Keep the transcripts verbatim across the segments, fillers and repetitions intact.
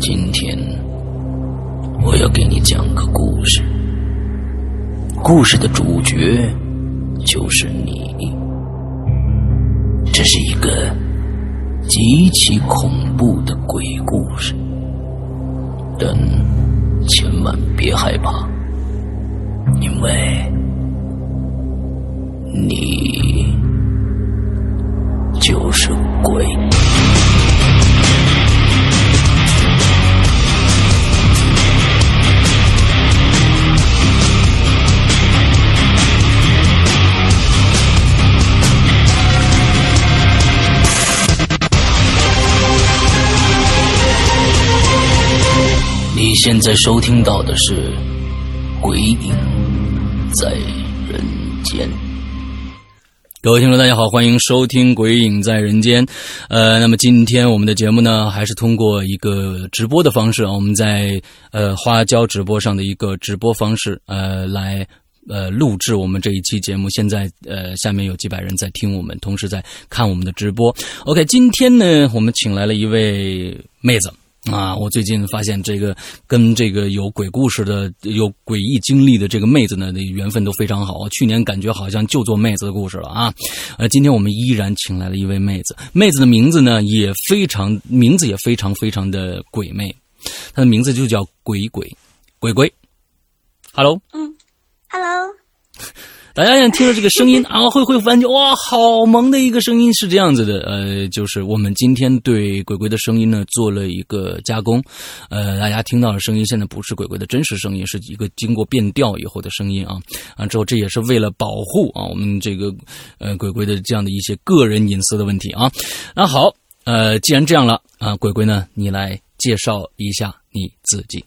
今天我要给你讲个故事，故事的主角就是你。这是一个极其恐怖的鬼故事，但千万别害怕，因为你就是鬼。你现在收听到的是《鬼影在人间》。各位听众大家好，欢迎收听《鬼影在人间》。呃，那么今天我们的节目呢，还是通过一个直播的方式啊，我们在呃花椒直播上的一个直播方式，呃，来呃录制我们这一期节目。现在呃下面有几百人在听我们，同时在看我们的直播。OK， 今天呢，我们请来了一位妹子。啊，我最近发现这个跟这个有鬼故事的、有诡异经历的这个妹子呢的缘分都非常好。去年感觉好像就做妹子的故事了啊。呃，今天我们依然请来了一位妹子，妹子的名字呢也非常，名字也非常非常的鬼魅，她的名字就叫鬼鬼，鬼鬼。Hello， 嗯 ，Hello。 大家听到这个声音啊，会会发现哇，好萌的一个声音，是这样子的。呃，就是我们今天对鬼鬼的声音呢做了一个加工，呃，大家听到的声音现在不是鬼鬼的真实声音，是一个经过变调以后的声音啊。啊，之后这也是为了保护啊我们这个呃鬼鬼的这样的一些个人隐私的问题啊。那好，呃，既然这样了啊，鬼鬼呢，你来介绍一下你自己。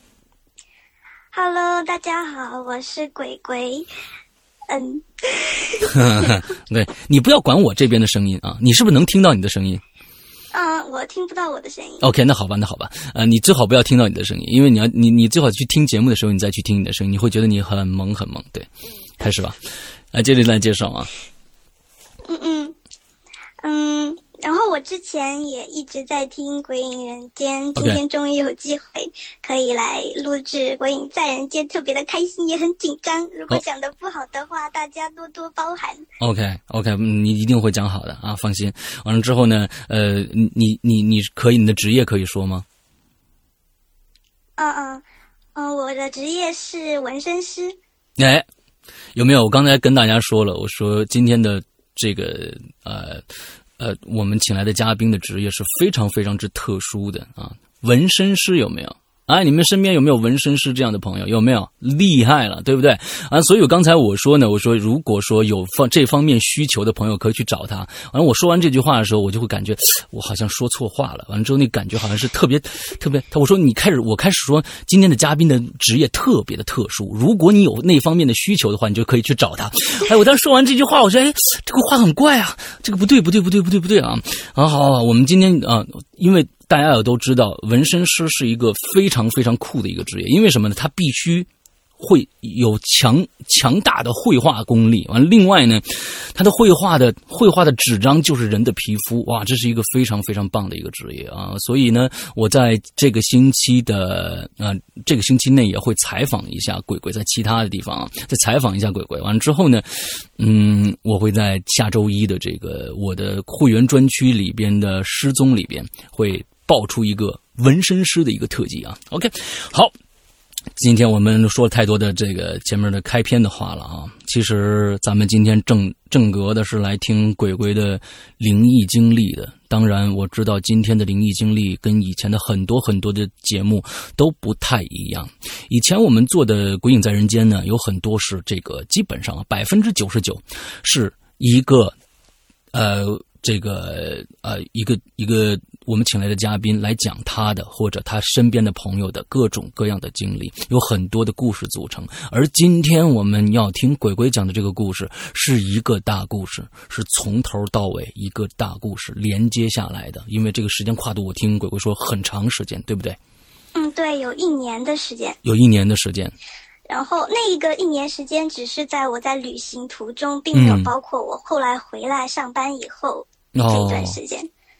Hello， 大家好，我是鬼鬼。嗯， 对，你不要管我这边的声音啊，你是不是能听到你的声音？ 嗯，我听不到我的声音。 OK， 那好吧，那好吧，呃，你最好不要听到你的声音，因为你要你你最好去听节目的时候，你再去听你的声音，你会觉得你很萌很萌。对，开始吧，来接着来介绍啊。 嗯嗯嗯，然后我之前也一直在听《鬼影人间》，今天终于有机会可以来录制《鬼影在人间》，特别的开心，也很紧张。如果讲得不好的话， oh. 大家多多包涵。OK OK， 你一定会讲好的啊，放心。完了之后呢，呃，你你你可以，你的职业可以说吗？ 嗯嗯嗯，我的职业是纹身师。 哎，有没有？我刚才跟大家说了，我说今天的这个呃。呃，我们请来的嘉宾的职业是非常非常之特殊的啊，纹身师有没有？哎，你们身边有没有纹身师这样的朋友？有没有？厉害了，对不对？啊，所以刚才我说呢，我说如果说有方这方面需求的朋友，可以去找他。完了，我说完这句话的时候，我就会感觉我好像说错话了。完了之后，那感觉好像是特别特别。我说你开始，我开始说今天的嘉宾的职业特别的特殊，如果你有那方面的需求的话，你就可以去找他。哎，我当时说完这句话，我说，哎，这个话很怪啊，这个不对，不对，不对，不对，不对啊！啊，好，好，我们今天啊，因为大家也都知道，纹身师是一个非常非常酷的一个职业，因为什么呢？他必须会有强强大的绘画功力。完，另外呢，他的绘画的绘画的纸张就是人的皮肤，哇，这是一个非常非常棒的一个职业啊！所以呢，我在这个星期的呃这个星期内也会采访一下鬼鬼，在其他的地方啊，再采访一下鬼鬼。完了之后呢，嗯，我会在下周一的这个我的会员专区里边的失踪里边会爆出一个纹身师的一个特辑啊 ，OK， 好，今天我们说了太多的这个前面的开篇的话了啊，其实咱们今天正正格的是来听鬼鬼的灵异经历的。当然，我知道今天的灵异经历跟以前的很多很多的节目都不太一样。以前我们做的《鬼影在人间》呢，有很多是这个基本上百分之九十九是一个呃。这个呃，一个一个我们请来的嘉宾来讲他的或者他身边的朋友的各种各样的经历，有很多的故事组成。而今天我们要听鬼鬼讲的这个故事是一个大故事，是从头到尾一个大故事连接下来的。因为这个时间跨度，我听鬼鬼说很长时间，对不对？ 嗯，对，有一年的时间。 有一年的时间。 然后那一个一年时间只是在我在旅行途中，并没有包括我后来回来上班以后。这一段时间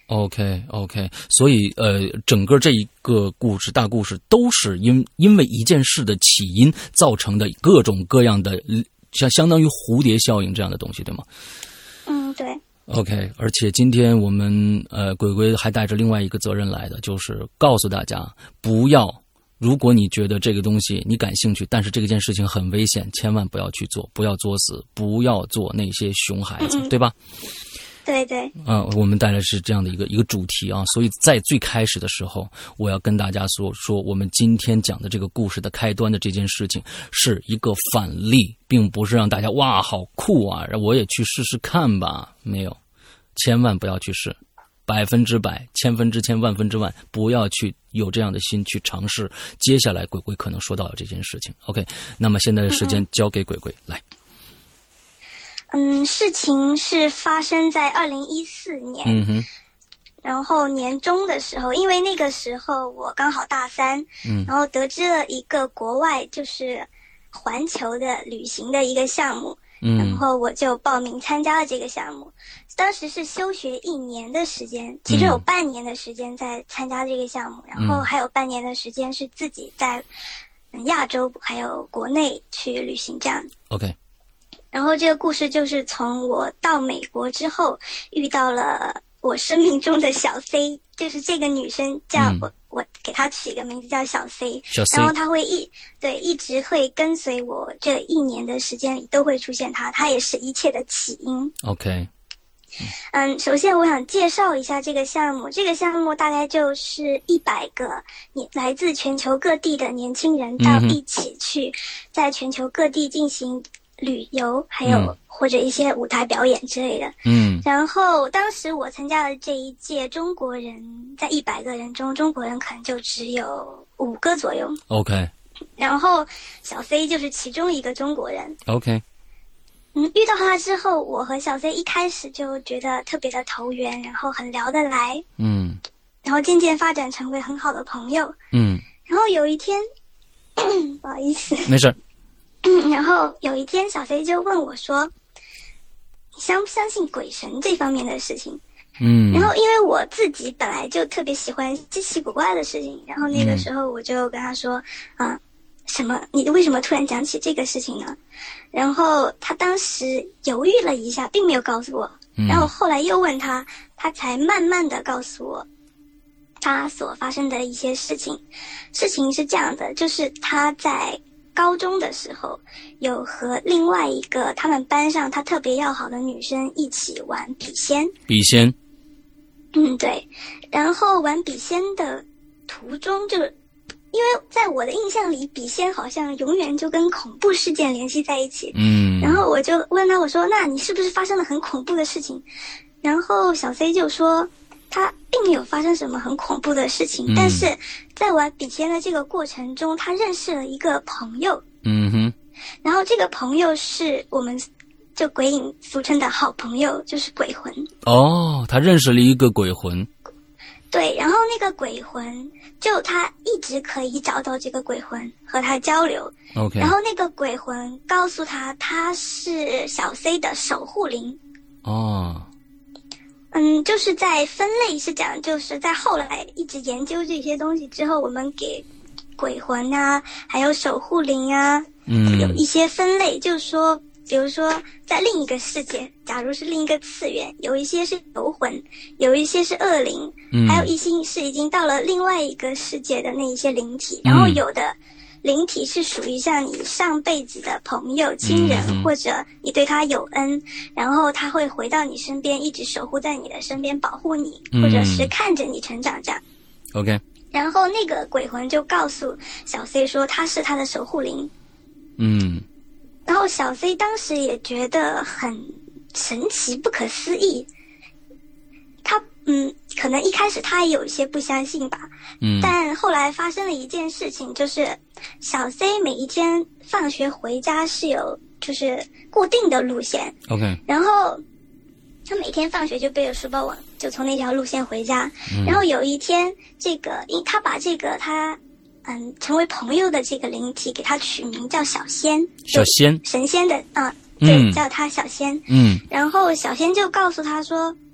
OK OK， 所以呃，整个这一个故事大故事都是因因为一件事的起因造成的各种各样的，像相当于蝴蝶效应这样的东西，对吗？ 嗯，对。 OK， 而且今天我们呃鬼鬼还带着另外一个责任来的，就是告诉大家不要，如果你觉得这个东西你感兴趣，但是这件事情很危险，千万不要去做，不要作死，不要做那些熊孩子，嗯嗯对吧？ 对对， 啊、呃，我们带来是这样的一个一个主题啊，所以在最开始的时候，我要跟大家说说，我们今天讲的这个故事的开端的这件事情是一个反例，并不是让大家哇好酷啊，我也去试试看吧，没有，千万不要去试，百分之百、千分之千、万分之万，不要去有这样的心去尝试。接下来鬼鬼可能说到的这件事情 ，OK， 那么现在的时间交给鬼鬼、嗯、来。 嗯，事情是发生在二零一四年， 嗯哼， 然后年中的时候，因为那个时候我刚好大三， 嗯， 然后得知了一个国外就是环球的旅行的一个项目， 嗯， 然后我就报名参加了这个项目。当时是休学一年的时间，其中有半年的时间在参加这个项目，嗯、然后还有半年的时间是自己在亚洲还有国内去旅行这样。 OK。 然后这个故事就是从我到美国之后遇到了我生命中的小 C， 就是这个女生叫、嗯、我我给她取一个名字叫小 C， 小 C， 然后她会一对一直会跟随我这一年的时间里都会出现她，她也是一切的起因。 OK， 嗯，首先我想介绍一下这个项目，这个项目大概就是一百个你来自全球各地的年轻人到一起去在全球各地进行旅游，还有或者一些舞台表演之类的。 嗯， 然后当时我参加的这一届，中国人在一百个人中，中国人可能就只有五个左右。 OK。 然后小 C 就是其中一个中国人。 OK。 嗯，遇到他之后，我和小 C 一开始就觉得特别的投缘，然后很聊得来。 嗯。 然后渐渐发展成为很好的朋友。 嗯。 然后有一天，不好意思。 没事。 嗯，然后有一天小 C 就问我说，你相不相信鬼神这方面的事情？ 嗯， 然后因为我自己本来就特别喜欢稀奇古怪的事情，然后那个时候我就跟他说，啊、嗯呃，什么？你为什么突然讲起这个事情呢？然后他当时犹豫了一下，并没有告诉我。然后后来又问他，他才慢慢的告诉我他所发生的一些事情。事情是这样的，就是他在高中的时候有和另外一个他们班上他特别要好的女生一起玩笔仙。 笔仙。 嗯，对。然后玩笔仙的途中，就因为在我的印象里，笔仙好像永远就跟恐怖事件联系在一起。 嗯。 然后我就问他，我说那你是不是发生了很恐怖的事情？然后小 C 就说他并没有发生什么很恐怖的事情、嗯、但是在玩笔仙的这个过程中，他认识了一个朋友。 嗯哼。 然后这个朋友是我们就鬼影俗称的好朋友，就是鬼魂。 哦，他认识了一个鬼魂。 对，然后那个鬼魂就他一直可以找到这个鬼魂和他交流。 OK。 然后那个鬼魂告诉他，他是小 C 的守护灵。 哦。 嗯，就是在分类是讲，就是在后来一直研究这些东西之后，我们给鬼魂啊，还有守护灵啊， 嗯， 有一些分类，就是说，比如说在另一个世界，假如是另一个次元，有一些是游魂，有一些是恶灵， 嗯， 还有一些是已经到了另外一个世界的那一些灵体，然后有的灵体是属于像你上辈子的朋友、亲人、嗯、或者你对他有恩，然后他会回到你身边，一直守护在你的身边，保护你， 嗯、 或者是看着你成长这样。 OK。 然后那个鬼魂就告诉小 C 说他是他的守护灵。 嗯。 然后小 C 当时也觉得很神奇、不可思议。他嗯，可能一开始他也有一些不相信吧。 嗯。 但后来发生了一件事情，就是小 C 每一天放学回家是有就是固定的路线。 OK。 然后他每天放学就背着书包往就从那条路线回家。 嗯、 然后有一天，这个因他把这个他嗯成为朋友的这个灵体给他取名叫小仙。 小仙。 神仙的啊、呃，对、 嗯， 叫他小仙。 嗯。 然后小仙就告诉他说，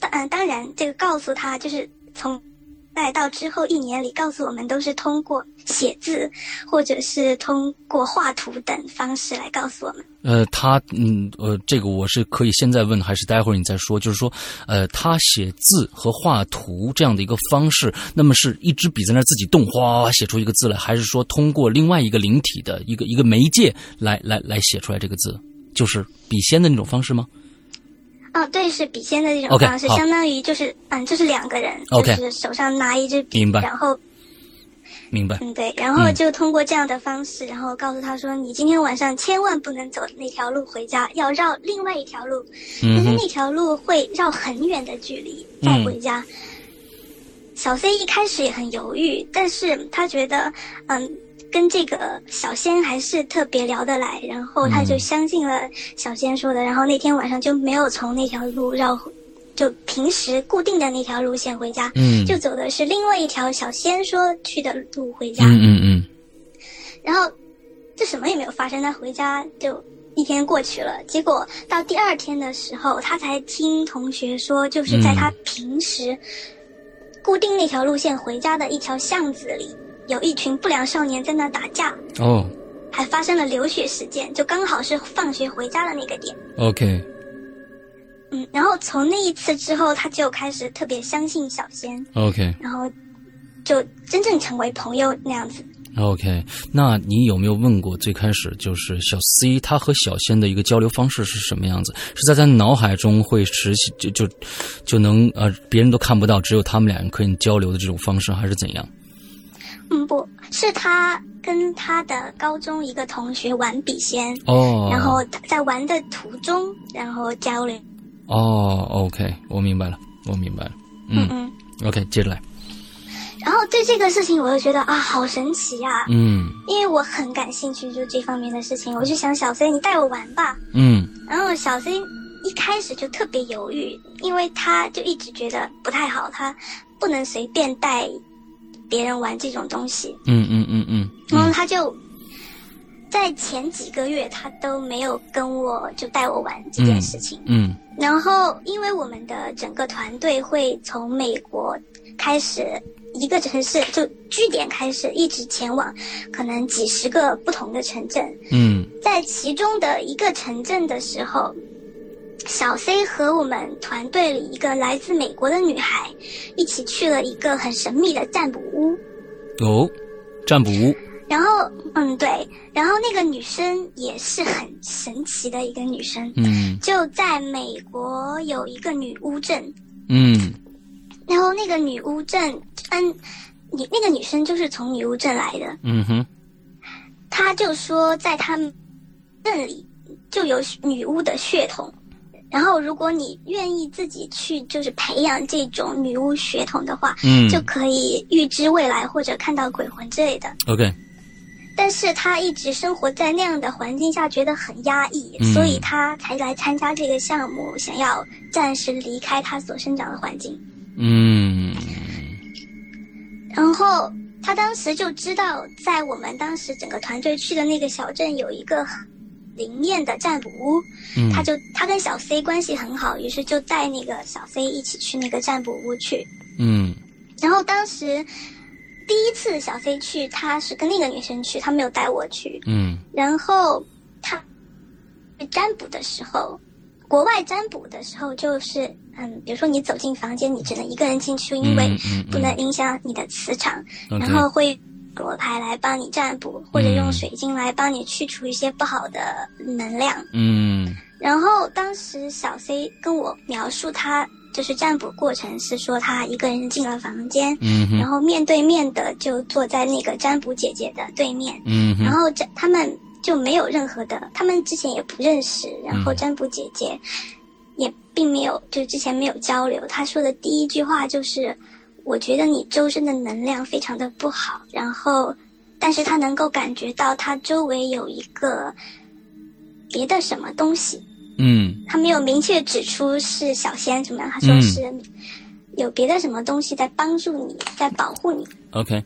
当当然，这个告诉他就是从再到之后一年里，告诉我们都是通过写字或者是通过画图等方式来告诉我们。 呃，他嗯呃，这个我是可以现在问，还是待会儿你再说？就是说，呃，他写字和画图这样的一个方式，那么是一支笔在那自己动，哗写出一个字来，还是说通过另外一个灵体的一个一个媒介来来来写出来这个字，就是笔仙的那种方式吗？ 哦，对，是笔仙的这种方式， okay, 相当于就是嗯，就是两个人， okay, 就是手上拿一支笔， 明白， 然后。 明白， 嗯，对，然后就通过这样的方式，嗯、然后告诉他说，你今天晚上千万不能走那条路回家，要绕另外一条路，嗯、但是那条路会绕很远的距离再回家。嗯、小 C 一开始也很犹豫，但是他觉得，嗯，跟这个小仙还是特别聊得来，然后他就相信了小仙说的，然后那天晚上就没有从那条路绕回。就平时固定的那条路线回家，嗯，就走的是另外一条小仙说去的路回家， 嗯嗯嗯。 然后，这什么也没有发生，他回家就一天过去了。结果到第二天的时候，他才听同学说，就是在他平时固定那条路线回家的一条巷子里，有一群不良少年在那打架， 哦， 还发生了流血事件，就刚好是放学回家的那个点。 OK。 嗯，然后从那一次之后，他就开始特别相信小仙。 OK， 然后就真正成为朋友那样子。 OK， 那你有没有问过最开始就是小 C 他和小仙的一个交流方式是什么样子？是在他脑海中会实现就就就能呃别人都看不到，只有他们俩人可以交流的这种方式，还是怎样？ 嗯，不是他跟他的高中一个同学玩笔仙哦， 然后在玩的途中，然后交流。 哦 ，OK， 我明白了，我明白了，嗯嗯 ，OK， 接着来。 然后对这个事情，我就觉得啊，好神奇啊， 嗯， 因为我很感兴趣，就这方面的事情，我就想小 C， 你带我玩吧， 嗯， 然后小 C 一开始就特别犹豫，因为他就一直觉得不太好，他不能随便带别人玩这种东西， 嗯嗯嗯嗯， 然后他就。在前几个月，他都没有跟我就带我玩这件事情。 嗯，嗯然后因为我们的整个团队会从美国开始一个城市就据点开始，一直前往可能几十个不同的城镇。 嗯， 在其中的一个城镇的时候，小 C 和我们团队里一个来自美国的女孩一起去了一个很神秘的占卜屋。 哦，占卜屋。 然后，嗯，对，然后那个女生也是很神奇的一个女生， 嗯， 就在美国有一个女巫镇， 嗯， 然后那个女巫镇，嗯，你那个女生就是从女巫镇来的， 嗯哼， 她就说在他们镇里就有女巫的血统，然后如果你愿意自己去就是培养这种女巫血统的话， 嗯， 就可以预知未来或者看到鬼魂之类的。 OK。 但是他一直生活在那样的环境下，觉得很压抑， 嗯、 所以他才来参加这个项目，想要暂时离开他所生长的环境。 嗯。 然后他当时就知道，在我们当时整个团队去的那个小镇有一个灵验的占卜屋， 嗯、 他就他跟小 C 关系很好，于是就带那个小 C 一起去那个占卜屋去。 嗯。 然后当时。第一次小 C 去，他是跟那个女生去，他没有带我去。 嗯， 然后他占卜的时候，国外占卜的时候就是，嗯，比如说你走进房间，你只能一个人进去，因为不能影响你的磁场。 嗯、 然后会罗牌来帮你占卜，或者用水晶来帮你去除一些不好的能量。 嗯。 然后当时小 C 跟我描述他。就是占卜过程是说他一个人进了房间， 嗯， 然后面对面的就坐在那个占卜姐姐的对面， 嗯， 然后这他们就没有任何的，他们之前也不认识，然后占卜姐姐也并没有，就之前没有交流。他说的第一句话就是我觉得你周身的能量非常的不好，然后但是他能够感觉到他周围有一个别的什么东西。 嗯， 他没有明确指出是小仙什么样，他说是有别的什么东西在帮助你，在保护你。 OK。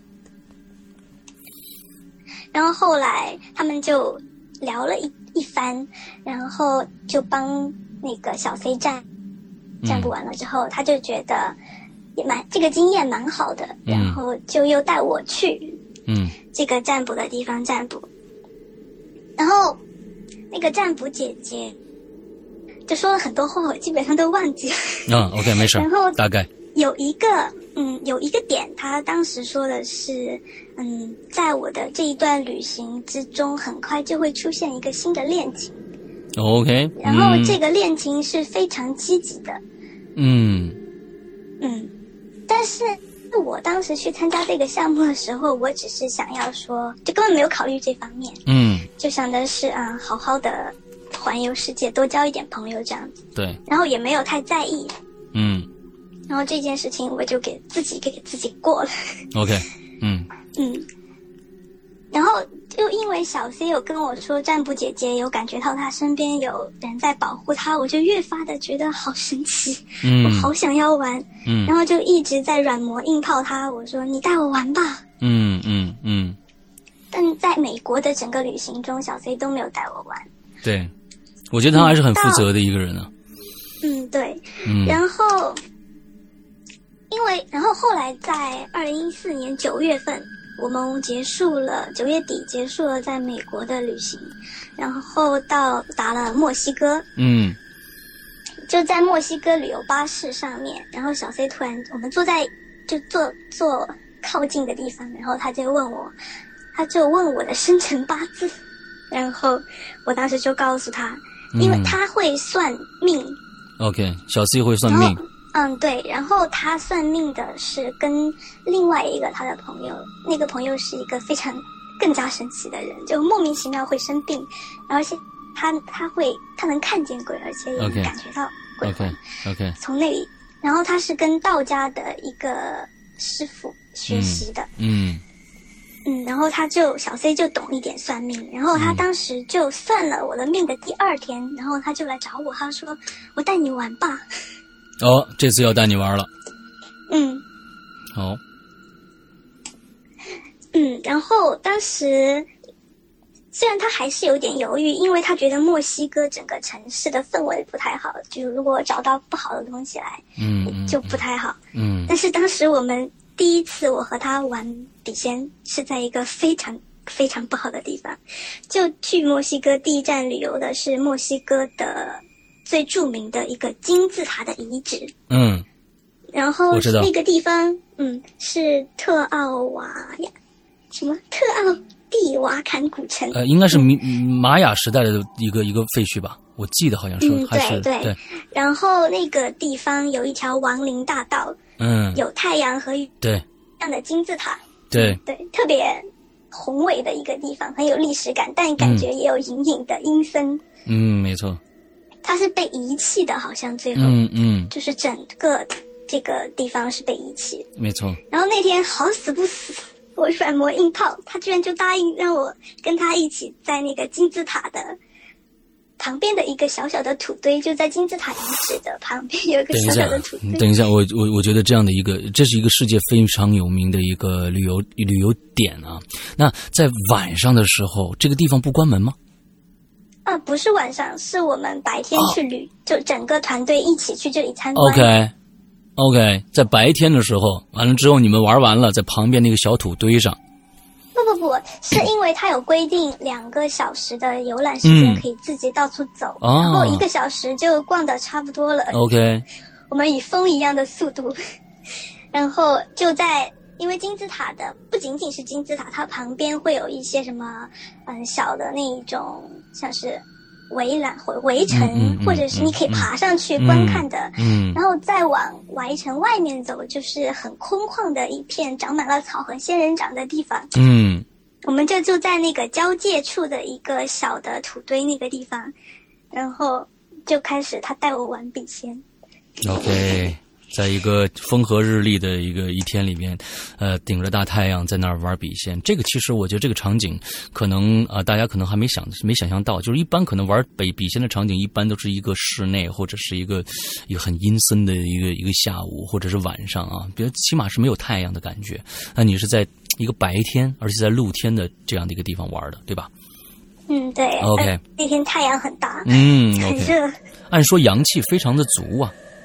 然后后来他们就聊了一一番，然后就帮那个小 C 占， 占卜完了之后，他就觉得也蛮这个经验蛮好的，然后就又带我去嗯这个占卜的地方占卜，然后那个占卜姐姐就说了很多话，我基本上都忘记了。 啊 ，OK， 没事。然后大概有一个，嗯，有一个点，他当时说的是，嗯，在我的这一段旅行之中，很快就会出现一个新的恋情。 OK， 然后这个恋情是非常积极的。 嗯嗯，但是我当时去参加这个项目的时候，我只是想要说，就根本没有考虑这方面。 嗯， 就想的是啊、嗯，好好的环游世界，多交一点朋友这样子。 对。 然后也没有太在意。 嗯。 然后这件事情我就给自己给自己过了。 OK， 嗯嗯，然后就因为小 C 有跟我说占卜姐姐有感觉到她身边有人在保护她，我就越发的觉得好神奇，嗯，我好想要玩，嗯，然后就一直在软磨硬泡她，我说你带我玩吧， 嗯嗯嗯。 但在美国的整个旅行中，小 C 都没有带我玩。 对，我觉得他还是很负责的一个人啊。 嗯，对， 嗯， 然后。因为，然后后来在二零一四年九月份，我们结束了九月底结束了在美国的旅行，然后到达了墨西哥。 嗯， 就在墨西哥旅游巴士上面，然后小 C 突然，我们坐在就坐坐靠近的地方，然后他就问我，他就问我的生辰八字，然后我当时就告诉他，因为他会算命。 嗯、OK， 小 C 会算命。 嗯，对，然后他算命的是跟另外一个他的朋友，那个朋友是一个非常更加神奇的人，就莫名其妙会生病，而且他他会他能看见鬼，而且也能感觉到鬼魂。 OK OK， 从那里，然后他是跟道家的一个师傅学习的。 嗯嗯，然后他就小 C 就懂一点算命，然后他当时就算了我的命的第二天，嗯、然后他就来找我，他说我带你玩吧。 哦，这次要带你玩了。 嗯， 好。 嗯，然后当时虽然他还是有点犹豫，因为他觉得墨西哥整个城市的氛围不太好，就如果找到不好的东西来， 嗯， 就不太好。 嗯， 但是当时我们第一次我和他玩笔仙是在一个非常非常不好的地方，就去墨西哥第一站旅游的是墨西哥的最著名的一个金字塔的遗址。 嗯， 然后那个地方，嗯，是特奥瓦呀，什么特奥蒂瓦坎古城。 呃，应该是玛雅时代的一个一个废墟吧，我记得好像是， 嗯， 还是对 对, 对。然后那个地方有一条亡灵大道， 嗯， 有太阳和对这样的金字塔， 对对，特别宏伟的一个地方，很有历史感，但感觉也有隐隐的阴森。 嗯，没错。 它是被遗弃的，好像最后， 嗯嗯， 就是整个这个地方是被遗弃， 没错。 然后那天好死不死，我软磨硬泡，他居然就答应让我跟他一起在那个金字塔的旁边的一个小小的土堆，就在金字塔遗址的旁边有一个小小的土堆。 等一下，我我我觉得这样的一个，这是一个世界非常有名的一个旅游旅游点啊。那在晚上的时候，这个地方不关门吗？ 啊，不是晚上，是我们白天去旅，哦、就整个团队一起去这里参观。 OK，OK，、okay, okay, 在白天的时候，完了之后你们玩完了，在旁边那个小土堆上。 不不不，是因为它有规定两个小时的游览时间，可以自己到处走， 嗯、 然后一个小时就逛得差不多了。 OK， 我们以风一样的速度，然后就在。因为金字塔的不仅仅是金字塔，它旁边会有一些什么嗯小的那一种像是围栏或围城、 嗯嗯、 或者是你可以爬上去观看的， 嗯， 然后再往围城外面走，就是很空旷的一片长满了草和仙人掌的地方。 嗯， 我们就住在那个交界处的一个小的土堆那个地方，然后就开始他带我玩笔仙。 OK。在一个风和日丽的一个一天里面，呃，顶着大太阳在那儿玩笔仙，这个其实我觉得这个场景可能啊、呃，大家可能还没想没想象到，就是一般可能玩北笔仙的场景，一般都是一个室内或者是一个一个很阴森的一个一个下午或者是晚上啊，比如起码是没有太阳的感觉。那你是在一个白天，而且在露天的这样的一个地方玩的，对吧？ 嗯，对。 OK， 那天太阳很大， 嗯， 很热。 按说阳气非常的足啊。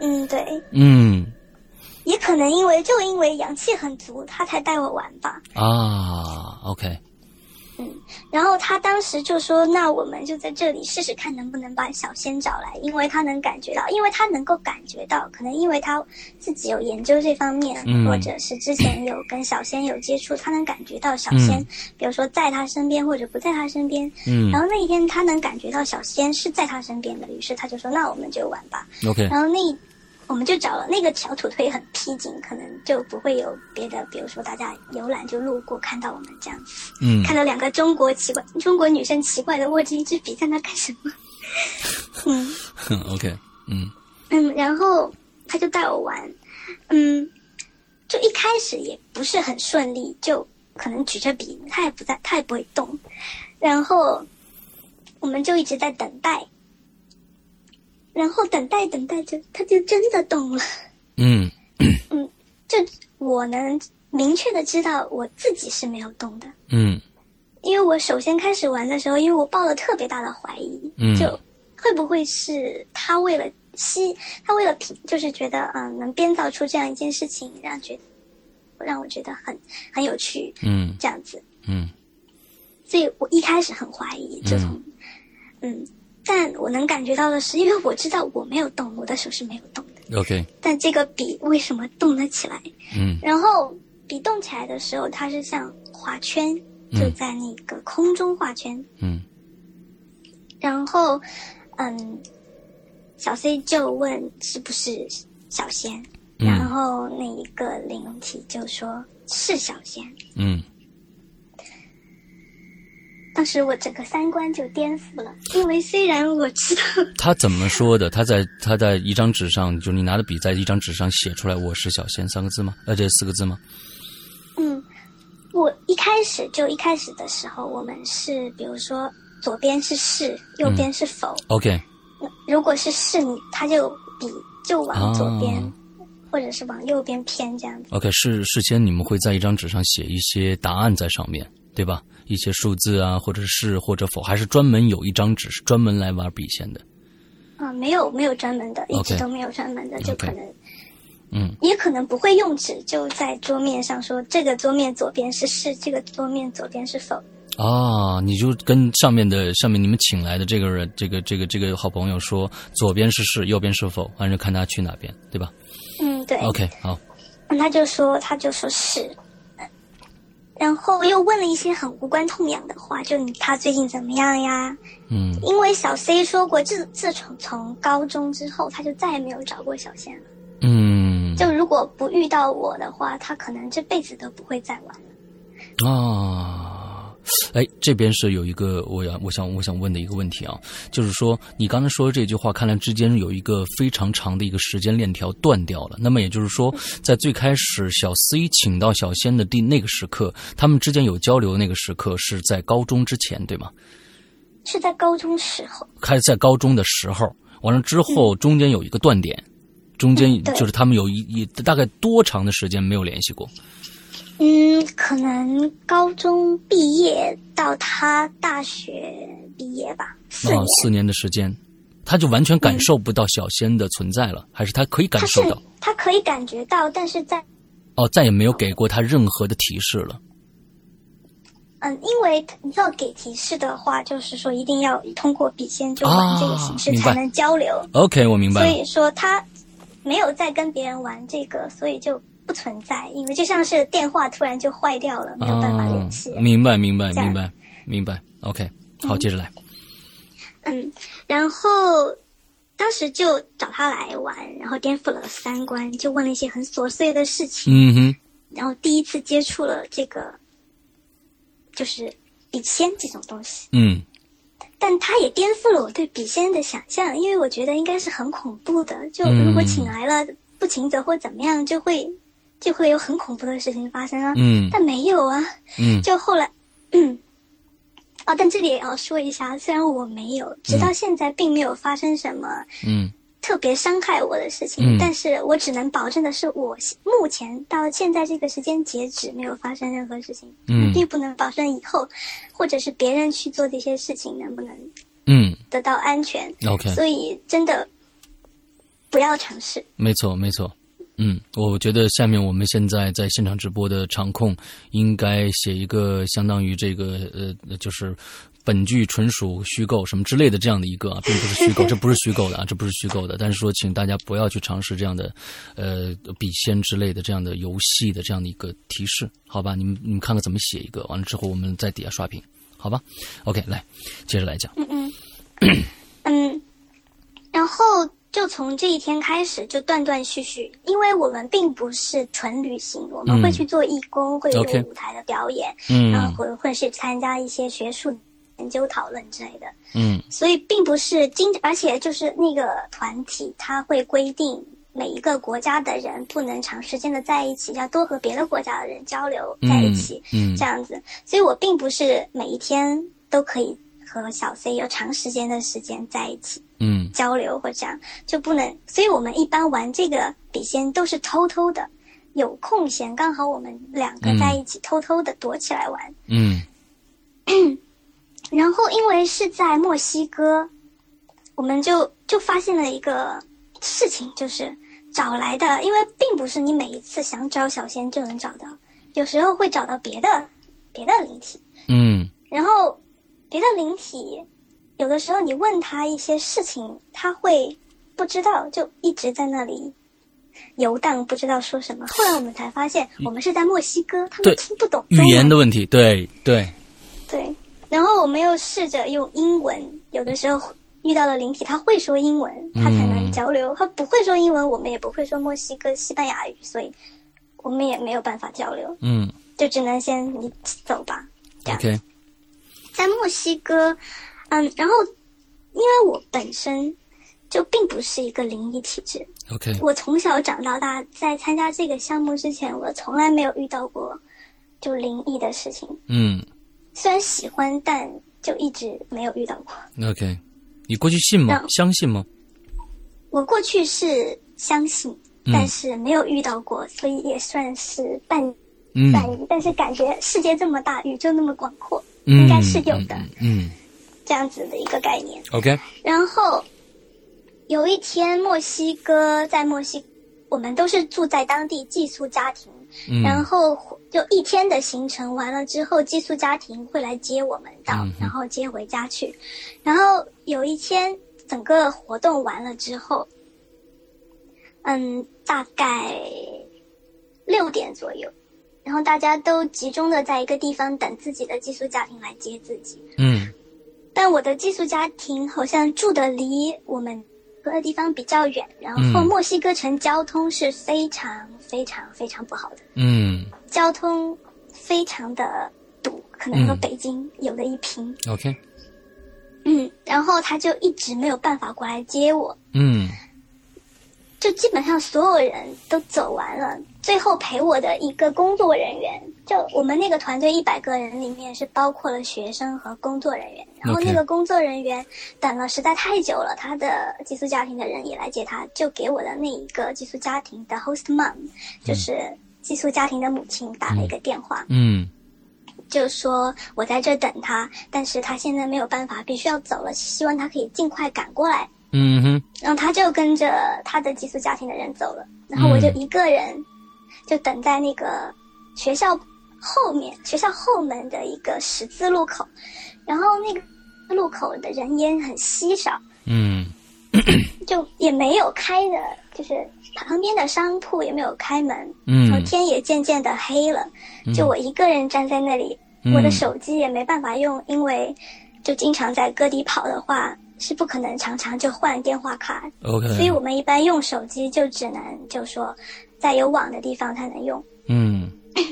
嗯，对。 嗯。 也可能因为就因为阳气很足，他才带我玩吧。 啊 ，OK。 嗯，然后他当时就说：“那我们就在这里试试看，能不能把小仙找来，因为他能感觉到，因为他能够感觉到，可能因为他自己有研究这方面， 嗯、 或者是之前有跟小仙有接触，他能感觉到小仙，嗯、比如说在他身边或者不在他身边。嗯，然后那一天他能感觉到小仙是在他身边的，于是他就说：那我们就玩吧。 OK。 然后那。我们就找了那个小土堆很僻静，可能就不会有别的，比如说大家游览就路过看到我们这样子，嗯，看到两个中国奇怪中国女生奇怪的握着一支笔在那干什么？嗯 ，OK， 嗯嗯，然后他就带我玩，嗯，就一开始也不是很顺利，就可能举着笔，他也不在，他也不会动，然后我们就一直在等待。然后等待等待着，他就真的动了。嗯嗯，就我能明确的知道我自己是没有动的。嗯，因为我首先开始玩的时候，因为我抱了特别大的怀疑，嗯，就会不会是他为了吸，他为了就是觉得嗯、呃、能编造出这样一件事情，让觉让我觉得很很有趣，嗯，这样子，嗯，所以我一开始很怀疑，就从嗯。嗯但我能感觉到的是，因为我知道我没有动，我的手是没有动的。 OK。 但这个笔为什么动了起来？嗯。然后笔动起来的时候，它是像画圈，就在那个空中画圈。嗯。然后，嗯，小 C 就问是不是小仙，嗯、然后那一个灵体就说是小仙。嗯。当时我整个三观就颠覆了，因为虽然我知道他怎么说的，他在他在一张纸上，就你拿着笔在一张纸上写出来"我是小仙"三个字吗？呃，这四个字吗？ 嗯，我一开始就一开始的时候，我们是比如说左边是是，右边是否。嗯、 OK。 如果是是，你他就笔就往左边。哦或者是往右边偏这样子。 OK， 事事先你们会在一张纸上写一些答案在上面，对吧？一些数字啊，或者是或者否，还是专门有一张纸是专门来玩笔仙的？ 啊，没有没有专门的，一直都没有专门的， okay. 就可能， okay. 嗯， 也可能不会用纸，就在桌面上说这个桌面左边是是，这个桌面左边是否。 啊，你就跟上面的上面你们请来的这个人，这个这个这个好朋友说，左边是是，右边是否，反正看他去哪边，对吧？ 嗯，对。 OK， 好。 他就说，他就说是，然后又问了一些很无关痛痒的话，就你他最近怎么样呀？嗯，因为小 C 说过，自自从从高中之后，他就再也没有找过小仙了。嗯，就如果不遇到我的话，他可能这辈子都不会再玩了。 啊。哎，这边是有一个我要我想我想问的一个问题啊，就是说你刚才说的这句话，看来之间有一个非常长的一个时间链条断掉了。那么也就是说，在最开始小 C 请到小仙的第那个时刻，他们之间有交流的那个时刻是在高中之前，对吗？ 是在高中时候， 开在高中的时候，完了之后中间有一个断点，中间就是他们有一一大概多长的时间没有联系过？ 嗯，可能高中毕业到他大学毕业吧，四年、哦、 四年的时间，他就完全感受不到小仙的存在了，嗯、还是他可以感受到？ 他可以感觉到，但是在哦，再也没有给过他任何的提示了。 嗯，因为你要给提示的话，就是说一定要通过笔仙就玩这个形式才能交流。 啊、OK， 我明白。 所以说他没有再跟别人玩这个，所以就不存在，因为就像是电话突然就坏掉了，没有办法联系、 哦。明白，明白，明白，明白。OK， 好，接着来。 嗯，然后当时就找他来玩，然后颠覆了三观，就问了一些很琐碎的事情。嗯哼。然后第一次接触了这个，就是笔仙这种东西。嗯。但他也颠覆了我对笔仙的想象，因为我觉得应该是很恐怖的，就如果请来了不请走或怎么样，就会。就会有很恐怖的事情发生啊，嗯，但没有啊，嗯，就后来，嗯，啊，但这里也要说一下，虽然我没有，直到现在并没有发生什么，嗯，特别伤害我的事情，嗯，但是我只能保证的是，我目前到现在这个时间截止没有发生任何事情，嗯，并不能保证以后或者是别人去做这些事情能不能，嗯，得到安全， OK， 所以真的。 不要尝试。 没错，没错。嗯，我觉得下面我们现在在现场直播的场控应该写一个相当于这个呃，就是本剧纯属虚构什么之类的这样的一个啊，并不是虚构，这不是虚构的啊，这不是虚构的。但是说，请大家不要去尝试这样的呃笔仙之类的这样的游戏的这样的一个提示，好吧？你们你们看看怎么写一个，完了之后我们在底下刷屏，好吧 ？OK， 来接着来讲。 嗯嗯嗯，然后。就从这一天开始，就断断续续，因为我们并不是纯旅行，我们会去做义工，嗯、会有舞台的表演，嗯，然后或会是参加一些学术研究讨论之类的，嗯，所以并不是经，而且就是那个团体，它会规定每一个国家的人不能长时间的在一起，要多和别的国家的人交流在一起，嗯，嗯这样子，所以我并不是每一天都可以和小 C 有长时间的时间在一起。嗯，交流或这样就不能，所以我们一般玩这个笔仙都是偷偷的，有空闲刚好我们两个在一起，嗯、偷偷的躲起来玩。嗯，然后因为是在墨西哥，我们就就发现了一个事情，就是找来的，因为并不是你每一次想找小仙就能找到，有时候会找到别的别的灵体。嗯，然后别的灵体。有的时候你问他一些事情，他会不知道，就一直在那里游荡，不知道说什么。后来我们才发现，我们是在墨西哥，他们听不懂语言的问题。对对对。然后我们又试着用英文，有的时候遇到了灵体，他会说英文，他才能交流；嗯、他不会说英文，我们也不会说墨西哥西班牙语，所以我们也没有办法交流。嗯，就只能先你走吧。 OK， 在墨西哥。嗯，然后，因为我本身就并不是一个灵异体质 ，OK， 我从小长到大，在参加这个项目之前，我从来没有遇到过就灵异的事情。嗯，虽然喜欢，但就一直没有遇到过。 OK， 你过去信吗？相信吗？ 我过去是相信，嗯、但是没有遇到过，所以也算是半半疑。嗯、但是感觉世界这么大，宇宙那么广阔，嗯、应该是有的。嗯。嗯这样子的一个概念 ，OK。 然后有一天，墨西哥在墨西，我们都是住在当地寄宿家庭，嗯、然后就一天的行程完了之后，寄宿家庭会来接我们到，嗯、然后接回家去。然后有一天，整个活动完了之后，嗯，大概六点左右，然后大家都集中的在一个地方等自己的寄宿家庭来接自己，嗯。但我的寄宿家庭好像住的离我们的地方比较远，然后墨西哥城交通是非常非常非常不好的，嗯，交通非常的堵，可能和北京有的一拼。 OK， 嗯，然后他就一直没有办法过来接我，嗯，就基本上所有人都走完了，最后陪我的一个工作人员。就我们那个团队一百个人里面是包括了学生和工作人员，然后那个工作人员等了实在太久了，他的寄宿家庭的人也来接他，就给我的那一个寄宿家庭的 host mom，嗯、就是寄宿家庭的母亲打了一个电话，嗯，就说我在这等他，但是他现在没有办法，必须要走了，希望他可以尽快赶过来。嗯哼，然后他就跟着他的寄宿家庭的人走了，然后我就一个人就等在那个学校后面，学校后门的一个十字路口，然后那个路口的人烟很稀少，嗯，就也没有开的，就是旁边的商铺也没有开门，嗯，然后天也渐渐的黑了，就我一个人站在那里，嗯、我的手机也没办法用，因为就经常在各地跑的话，是不可能常常就换电话卡 ，OK， 所以我们一般用手机就只能就说在有网的地方才能用，嗯。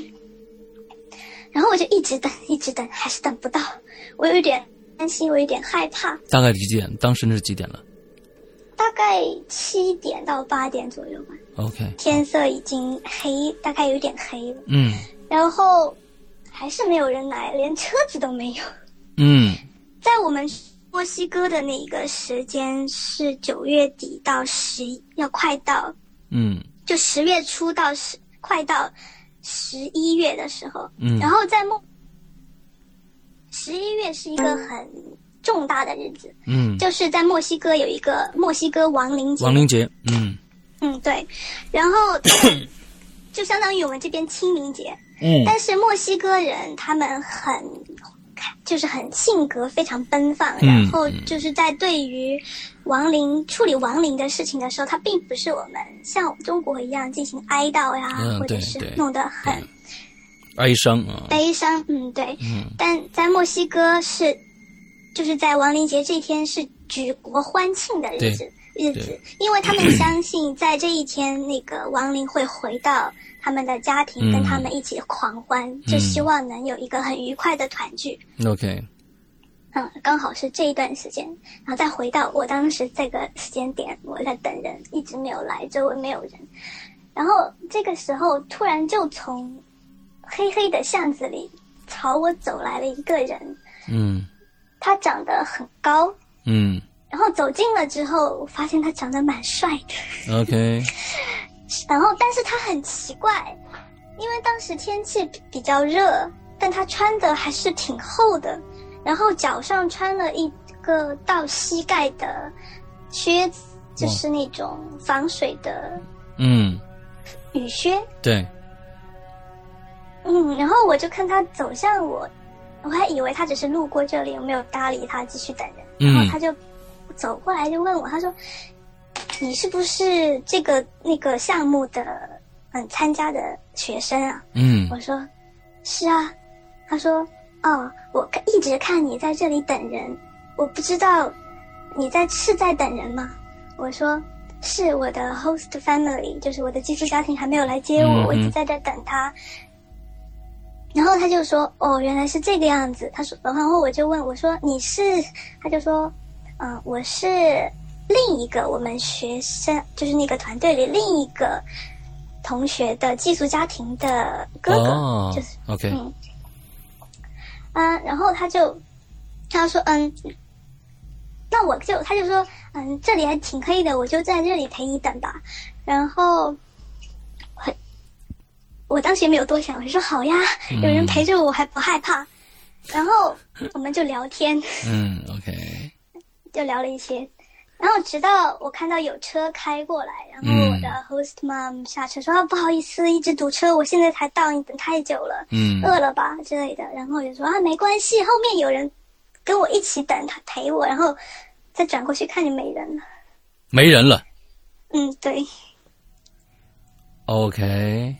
然后我就一直等，一直等，还是等不到。我有一点担心，我有点害怕。 大概几点？当时那是几点了？ 大概七点到八点左右吧。 OK。 天色已经黑，大概有点黑了。嗯。然后还是没有人来，连车子都没有。嗯。在我们墨西哥的那个时间是九月底到十，要快到。嗯。就十月初到十，快到。十一月的时候，嗯，然后在墨十一月是一个很重大的日子， 嗯， 就是在墨西哥有一个墨西哥亡灵节。 亡灵节，嗯嗯，对，然后就相当于我们这边清明节， 嗯， 但是墨西哥人他们很就是很性格非常奔放， 嗯、 然后就是在对于亡灵处理亡灵的事情的时候，他并不是我们像中国一样进行哀悼呀， 嗯、 或者是弄得很哀伤啊， 悲伤，嗯，对， 嗯， 但在墨西哥是，就是在亡灵节这一天是举国欢庆的日子，日子，因为他们相信在这一天，那个亡灵会回到他们的家庭，跟他们一起狂欢，嗯、就希望能有一个很愉快的团聚。 OK， 嗯，刚好是这一段时间，然后再回到我当时这个时间点，我在等人，一直没有来，周围没有人，然后这个时候突然就从黑黑的巷子里朝我走来了一个人， 嗯， 他长得很高， 嗯， 然后走近了之后，我发现他长得蛮帅的。 OK， 然后但是他很奇怪，因为当时天气比较热，但他穿的还是挺厚的，然后脚上穿了一个到膝盖的靴子，就是那种防水的， 嗯， 雨靴。 对。 嗯，然后我就看他走向我，我还以为他只是路过这里，我没有搭理他，继续等人。然后他就走过来就问我，他说：“你是不是这个那个项目的嗯参加的学生啊？” 嗯， 我说：“是啊。”他说：“哦，我一直看你在这里等人，我不知道你在是在等人吗？”我说：“是，我的 host family， 就是我的寄宿家庭还没有来接我，嗯、我一直在这等他。”然后他就说：“哦，原来是这个样子。”他说，然后我就问我说：“你是？”他就说：“嗯、呃，我是另一个我们学生，就是那个团队里另一个同学的寄宿家庭的哥哥， 哦、 就是 OK， 嗯，啊，然后他就他说嗯，那我就他就说嗯，这里还挺可以的，我就在这里陪你等吧。然后。”我当时也没有多想，我就说好呀，有人陪着我还不害怕。嗯、然后我们就聊天， 嗯 ，OK， 就聊了一些。然后直到我看到有车开过来，然后我的 host mom 下车说：“嗯、啊，不好意思，一直堵车，我现在才到，你等太久了，嗯，饿了吧之类的。”然后我就说：“啊，没关系，后面有人跟我一起等，他陪我。”然后再转过去看就没人了， 没人了。 嗯，对。 OK。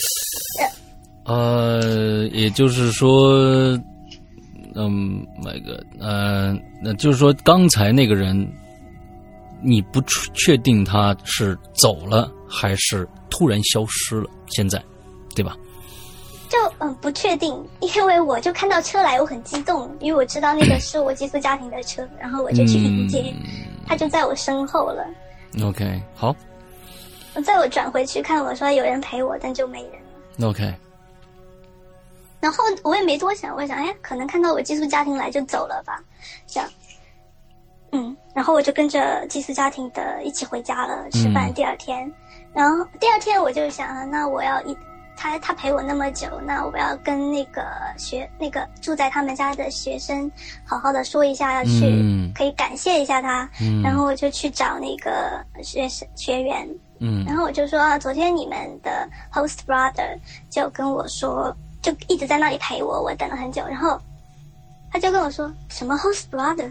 呃，也就是说，嗯，那个，呃，那就是说，刚才那个人，你不确定他是走了还是突然消失了，现在，对吧？ 就嗯不确定，因为我就看到车来，我很激动，因为我知道那个是我寄宿家庭的车，然后我就去迎接，嗯、他就在我身后了。 OK， 好。 在我转回去看，我说有人陪我，但就没人了。 OK。 然后我也没多想，我想，哎，可能看到我寄宿家庭来就走了吧，这样。嗯，然后我就跟着寄宿家庭的一起回家了，吃饭。第二天，嗯、然后第二天我就想，那我要一他他陪我那么久，那我要跟那个学那个住在他们家的学生好好的说一下，要去、嗯、可以感谢一下他。嗯、然后我就去找那个学生学员。嗯，然后我就说啊，昨天你们的 host brother 就跟我说，就一直在那里陪我，我等了很久。然后他就跟我说，什么 host brother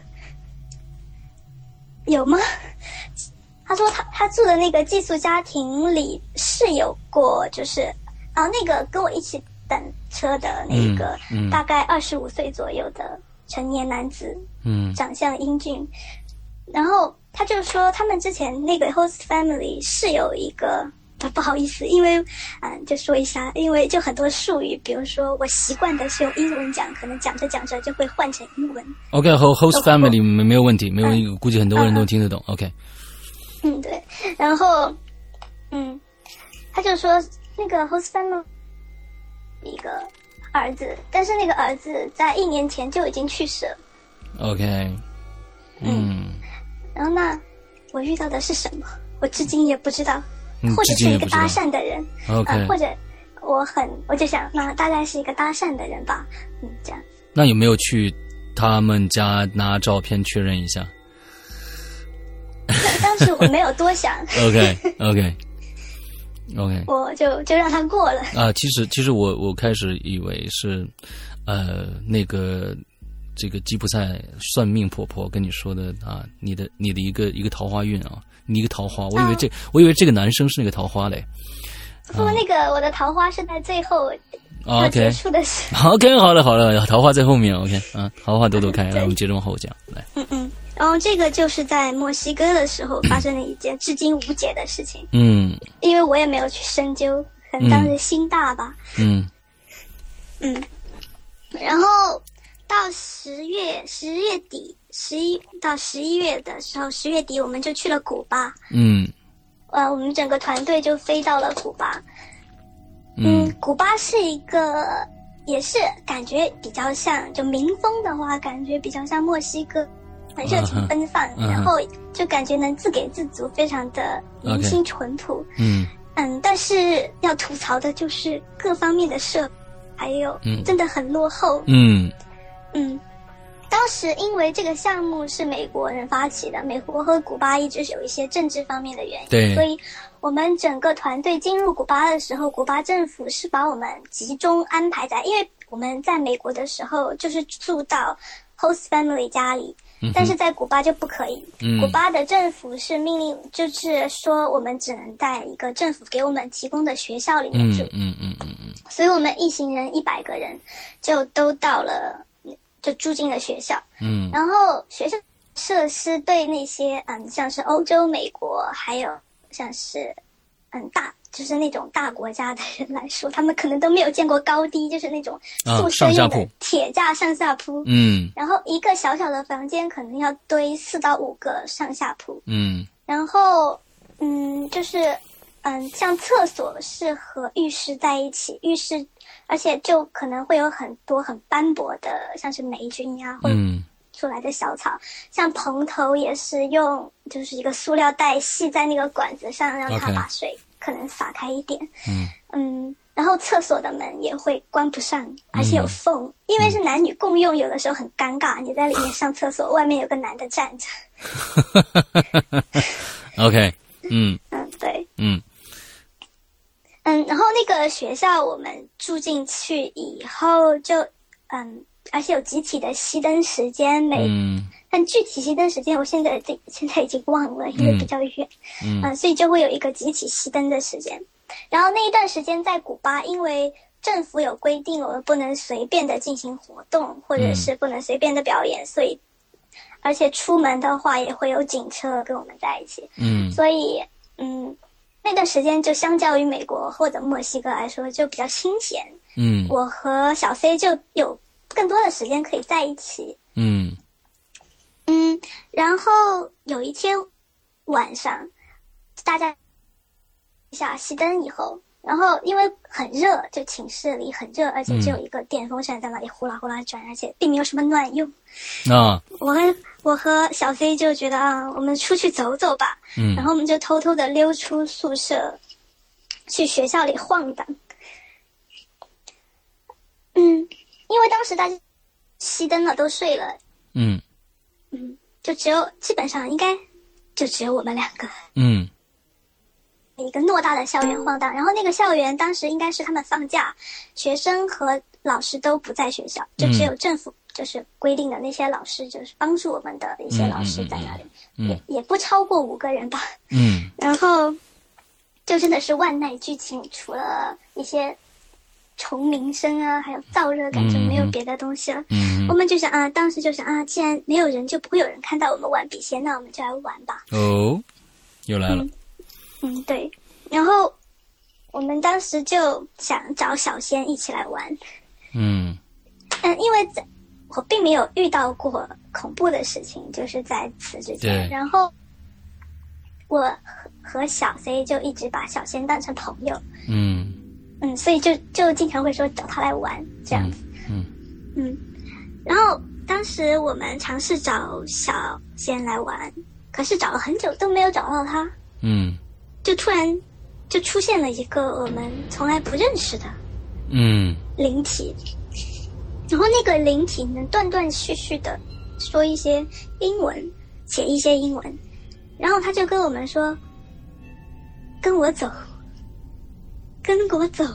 有吗？他说他他住的那个寄宿家庭里是有过，就是啊那个跟我一起等车的那个、嗯嗯、大概二十五岁左右的成年男子，嗯，长相英俊，然后。他就说，他们之前那个 host family 是有一个，啊、不好意思，因为，嗯，就说一下，因为就很多术语，比如说我习惯的是用英文讲，可能讲着讲着就会换成英文。 OK， 和 host family 没没有问题，没有，嗯、估计很多人都听得懂。嗯、OK。 嗯，对，然后，嗯，他就说那个 host family 一个儿子，但是那个儿子在一年前就已经去世了。 OK。嗯。嗯然后那我遇到的是什么？我至今也不知道，嗯、或者是一个搭讪的人， 嗯、 呃，或者我很我就想，那大概是一个搭讪的人吧，嗯，这样。 那有没有去他们家拿照片确认一下。 当时我没有多想。 OK OK OK， 我就就让他过了。 啊，其实其实我我开始以为是，呃，那个这个吉普赛算命婆婆跟你说的啊，你的你的一个一个桃花运啊，你一个桃花，我以为这、啊、我以为这个男生是那个桃花嘞。 不，那个我的桃花是在最后要结束的时候。OK， 好了好了，桃花在后面。OK， 啊，桃花朵朵开，来我们接着往后讲。来， 嗯嗯，然后这个就是在墨西哥的时候发生的一件至今无解的事情。 嗯， 因为我也没有去深究，可能当时心大吧。 嗯嗯，然后到十月十月底，十一到十一月的时候，十月底我们就去了古巴。 嗯。 呃，我们整个团队就飞到了古巴。嗯，古巴是一个，也是感觉比较像，就民风的话，感觉比较像墨西哥，很热情奔放，uh-huh. 然后就感觉能自给自足，非常的民心淳朴。 嗯、okay. 嗯，但是要吐槽的就是各方面的设，还有真的很落后。 嗯嗯。当时因为这个项目是美国人发起的，美国和古巴一直是有一些政治方面的原因， 对， 所以我们整个团队进入古巴的时候，古巴政府是把我们集中安排在，因为我们在美国的时候就是住到 host family 家里， 嗯、 但是在古巴就不可以、 嗯。 古巴的政府是命令，就是说我们只能在一个政府给我们提供的学校里面住。 嗯嗯嗯嗯。 所以我们一行人一百个人就都到了。就住进了学校， 嗯， 然后学校设施对那些嗯，像是欧洲、美国，还有像是嗯大，就是那种大国家的人来说，他们可能都没有见过高低，就是那种宿舍用的铁架上下铺， 嗯， 然后一个小小的房间可能要堆四到五个上下铺， 嗯， 然后嗯，就是嗯，像厕所是和浴室在一起，浴室。而且就可能会有很多很斑驳的，像是霉菌呀、啊，或者出来的小草、嗯。像蓬头也是用，就是一个塑料袋系在那个管子上，让它把水可能洒开一点。 嗯嗯，然后厕所的门也会关不上，而且有缝，嗯、因为是男女共用，有的时候很尴尬。你在里面上厕所，外面有个男的站着。 OK， 嗯嗯，对， 嗯。 嗯，然后那个学校我们住进去以后就，嗯，而且有集体的熄灯时间，每， 嗯， 但具体熄灯时间我现在这现在已经忘了，因为比较远， 嗯， 嗯，所以就会有一个集体熄灯的时间。然后那一段时间在古巴，因为政府有规定我们不能随便的进行活动，或者是不能随便的表演，所以，而且出门的话也会有警车跟我们在一起， 嗯， 所以，嗯。那段时间就相较于美国或者墨西哥来说就比较清闲， 嗯， 我和小 C 就有更多的时间可以在一起， 嗯嗯，然后有一天晚上，大家一下熄灯以后，然后因为很热，就寝室里很热，而且只有一个电风扇在那里呼啦呼啦转，而且并没有什么暖用， 啊， 我和我和小 C 就觉得啊，我们出去走走吧。 嗯， 然后我们就偷偷的溜出宿舍，去学校里晃荡。嗯，因为当时大家熄灯了，都睡了。 嗯嗯，就只有基本上应该就只有我们两个。 嗯， 一个偌大的校园晃荡，然后那个校园当时应该是他们放假，学生和老师都不在学校，就只有政府。嗯，就是规定的那些老师，就是帮助我们的一些老师在那里， 嗯嗯嗯、 也也不超过五个人吧。 嗯， 然后就真的是万籁俱寂，除了一些虫鸣声啊，还有燥热感，就没有别的东西了。 嗯， 我们就想啊，当时就想啊，既然没有人，就不会有人看到我们玩笔仙，那我们就来玩吧。 哦，又来了。 嗯，嗯对。然后我们当时就想找小仙一起来玩。 嗯嗯，因为在我并没有遇到过恐怖的事情，就是在此之前。然后我和小 C 就一直把小仙当成朋友。 嗯嗯，所以就就经常会说找他来玩这样子。 嗯嗯, 嗯，然后当时我们尝试找小仙来玩，可是找了很久都没有找到他。 嗯， 就突然就出现了一个我们从来不认识的嗯灵体。 然后那个灵体能断断续续的说一些英文，写一些英文，然后他就跟我们说，跟我走，跟我走。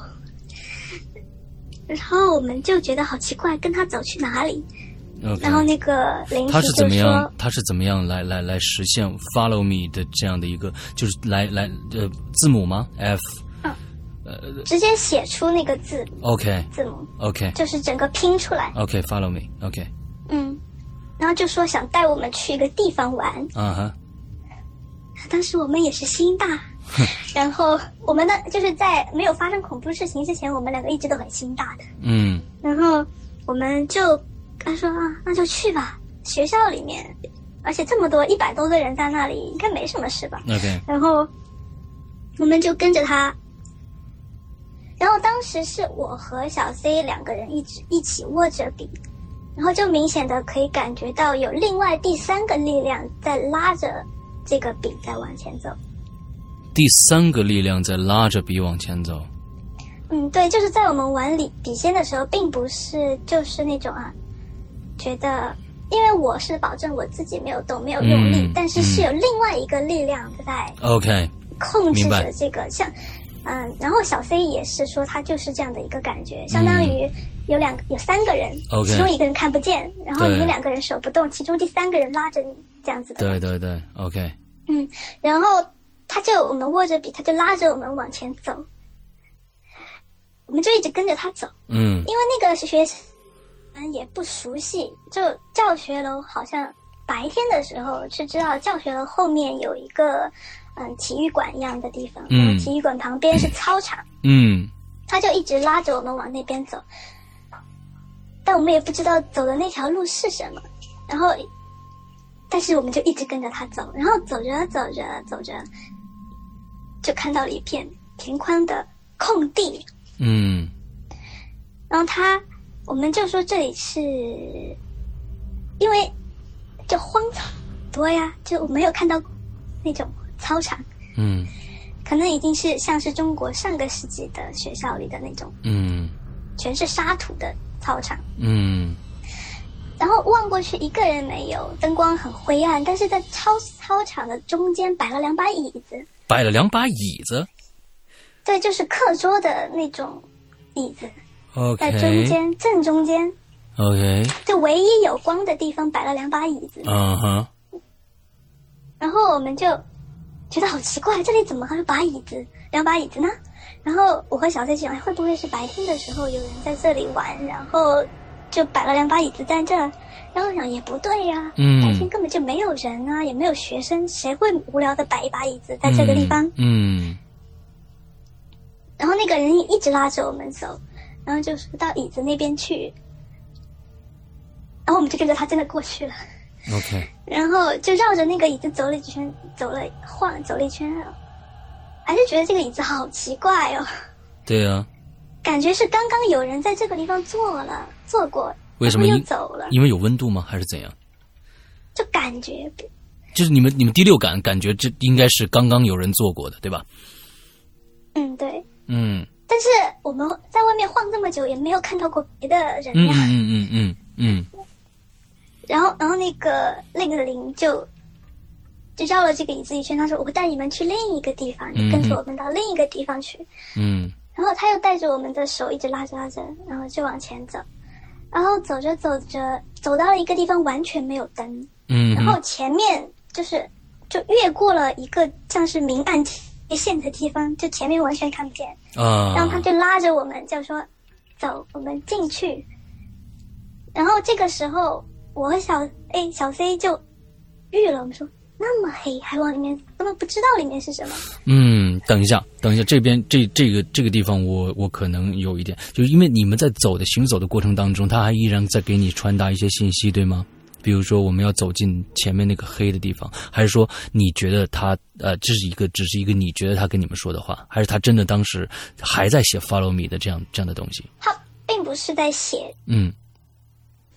然后我们就觉得好奇怪，跟他走去哪里？ Okay. 然后那个灵体他是怎么就样？他是怎么样来来来实现 follow me 的这样的一个，就是来来呃字母吗 ？F， 嗯，呃，直接写出那个字 ，OK， 字母 ，OK， 就是整个拼出来 ，OK，follow me，OK， 嗯，然后就说想带我们去一个地方玩， 啊哈， 当时我们也是心大。然后我们的就是在没有发生恐怖事情之前，我们两个一直都很心大的。 嗯， 然后我们就他说啊，那就去吧。学校里面，而且这么多一百多个人在那里，应该没什么事吧 ？OK。 然后我们就跟着他。然后当时是我和小 C 两个人一直一起握着笔，然后就明显的可以感觉到有另外第三个力量在拉着这个笔在往前走。 第三个力量在拉着笔往前走。 嗯，对，就是在我们玩笔笔仙的时候，并不是就是那种啊，觉得，因为我是保证我自己没有动，没有用力， 嗯、 但是是有另外一个力量在 OK 控制着这个，像，嗯，然后小 C 也是说他就是这样的一个感觉，相当于有两个、有三个人， OK 其中一个人看不见，然后你们两个人手不动，其中第三个人拉着你这样子的。 对对对 ，OK。 嗯，然后。他就我们握着笔，他就拉着我们往前走，我们就一直跟着他走。 嗯， 因为那个学生也不熟悉，就教学楼好像白天的时候是知道教学楼后面有一个嗯体育馆一样的地方，嗯，体育馆旁边是操场， 嗯， 他就一直拉着我们往那边走，但我们也不知道走的那条路是什么，然后，但是我们就一直跟着他走，然后走着走着走着。就看到了一片平宽的空地， 嗯， 然后他，我们就说这里是，因为就荒草多呀，就没有看到那种操场， 嗯， 可能已经是像是中国上个世纪的学校里的那种， 嗯， 全是沙土的操场， 嗯， 然后望过去一个人没有，灯光很灰暗，但是在操操场的中间摆了两把椅子。 摆了两把椅子， 对，就是课桌的那种椅子 ，OK， 在中间正中间 ，OK， 就唯一有光的地方摆了两把椅子， 嗯哼， 然后我们就觉得好奇怪，这里怎么还有把椅子，两把椅子呢？然后我和小 C 想，会不会是白天的时候有人在这里玩，然后就摆了两把椅子在这儿？然后想也不对呀、啊， 嗯， 白天根本就没有人啊，也没有学生，谁会无聊的摆一把椅子在这个地方？ 嗯。嗯然后那个人一直拉着我们走，然后就说到椅子那边去，然后我们就跟着他真的过去了。 OK。 然后就绕着那个椅子走了一圈，走了晃，走了一圈，还是觉得这个椅子好奇怪哦。 对啊。 感觉是刚刚有人在这个地方坐了，坐过。 为什么又走了？ 因为有温度吗？还是怎样？ 就感觉， 就是你们你们第六感感觉这应该是刚刚有人做过的，对吧？ 嗯，对。 嗯。 但是我们在外面晃这么久，也没有看到过别的人呀。 嗯嗯嗯嗯嗯。 然后，然后那个那个灵就就绕了这个椅子一圈，他说：“我会带你们去另一个地方，你跟着我们到另一个地方去。” 嗯。 然后他又带着我们的手一直拉着拉着，然后就往前走。然后走着走着，走到了一个地方，完全没有灯。 嗯， 然后前面就是就越过了一个像是明暗贴线的地方，就前面完全看不见。 啊！ 然后他就拉着我们，就说：“走，我们进去。”然后这个时候，我和小哎小 C 就郁了，我们说那么黑还往里面，根本不知道里面是什么。 嗯，等一下，等一下，这边这这个这个地方我，我我可能有一点，就是因为你们在走的行走的过程当中，他还依然在给你传达一些信息，对吗？比如说我们要走进前面那个黑的地方，还是说你觉得他呃这是一个只是一个你觉得他跟你们说的话，还是他真的当时还在写 follow me 的这样这样的东西？ 他并不是在写， 嗯，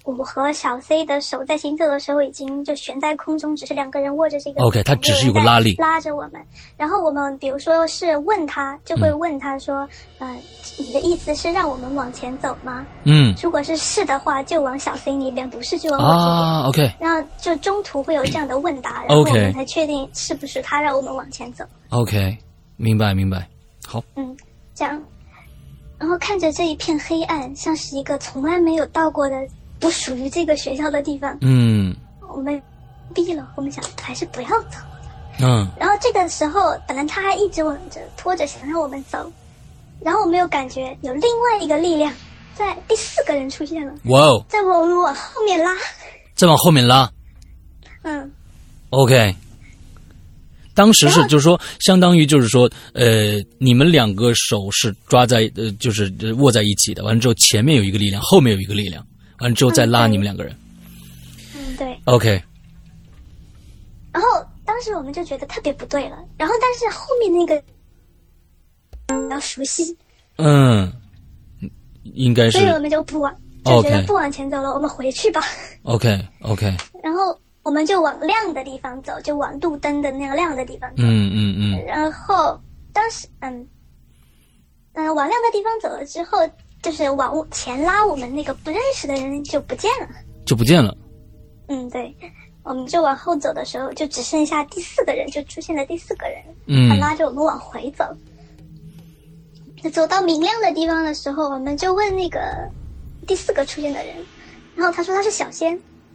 我和小 C 的手在行走的时候已经就悬在空中，只是两个人握着这个 OK， 它只是有个拉力拉着我们。然后我们比如说是问他，就会问他说，嗯、呃，你的意思是让我们往前走吗？ 嗯， 如果是是的话，就往小 C 那边；不是就往我这边。 啊 ，OK。 然后就中途会有这样的问答，然后我们才确定是不是他让我们往前走。 OK， 明白明白。好， 嗯，这样，然后看着这一片黑暗，像是一个从来没有到过的。不属于这个学校的地方， 嗯， 我们逼了，我们想还是不要走了， 嗯， 然后这个时候，本来他还一直往着拖着想让我们走，然后我们又感觉有另外一个力量，在第四个人出现了， 哇哦， 在我们往后面拉， 再往后面拉， 嗯 ，OK， 当时是就是说，相当于就是说，呃，你们两个手是抓在呃，就是握在一起的，完了之后前面有一个力量，后面有一个力量。完了之后再拉你们两个人， 嗯，对 ，OK。 然后当时我们就觉得特别不对了，然后但是后面那个比较熟悉， 嗯，应该是， 所以我们就不往，就觉得不往前走了， okay. 我们回去吧。 OK OK。 然后我们就往亮的地方走，就往路灯的那个亮的地方走。 嗯嗯嗯。 然后当时，嗯嗯、呃，往亮的地方走了之后。就是往前拉我们那个不认识的人就不见了， 就不见了。 嗯，对，我们就往后走的时候，就只剩下第四个人，就出现了第四个人， 嗯， 他拉着我们往回走。走到明亮的地方的时候，我们就问那个第四个出现的人，然后他说他是小仙。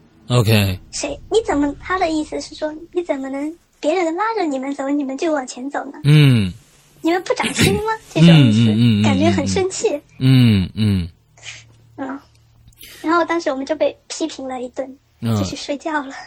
OK。 谁？你怎么？他的意思是说，你怎么能别人拉着你们走，你们就往前走呢？ 嗯。 你们不长心吗？这种意思， 嗯嗯嗯、 感觉很生气。 嗯嗯嗯，然后当时我们就被批评了一顿，就去睡觉了。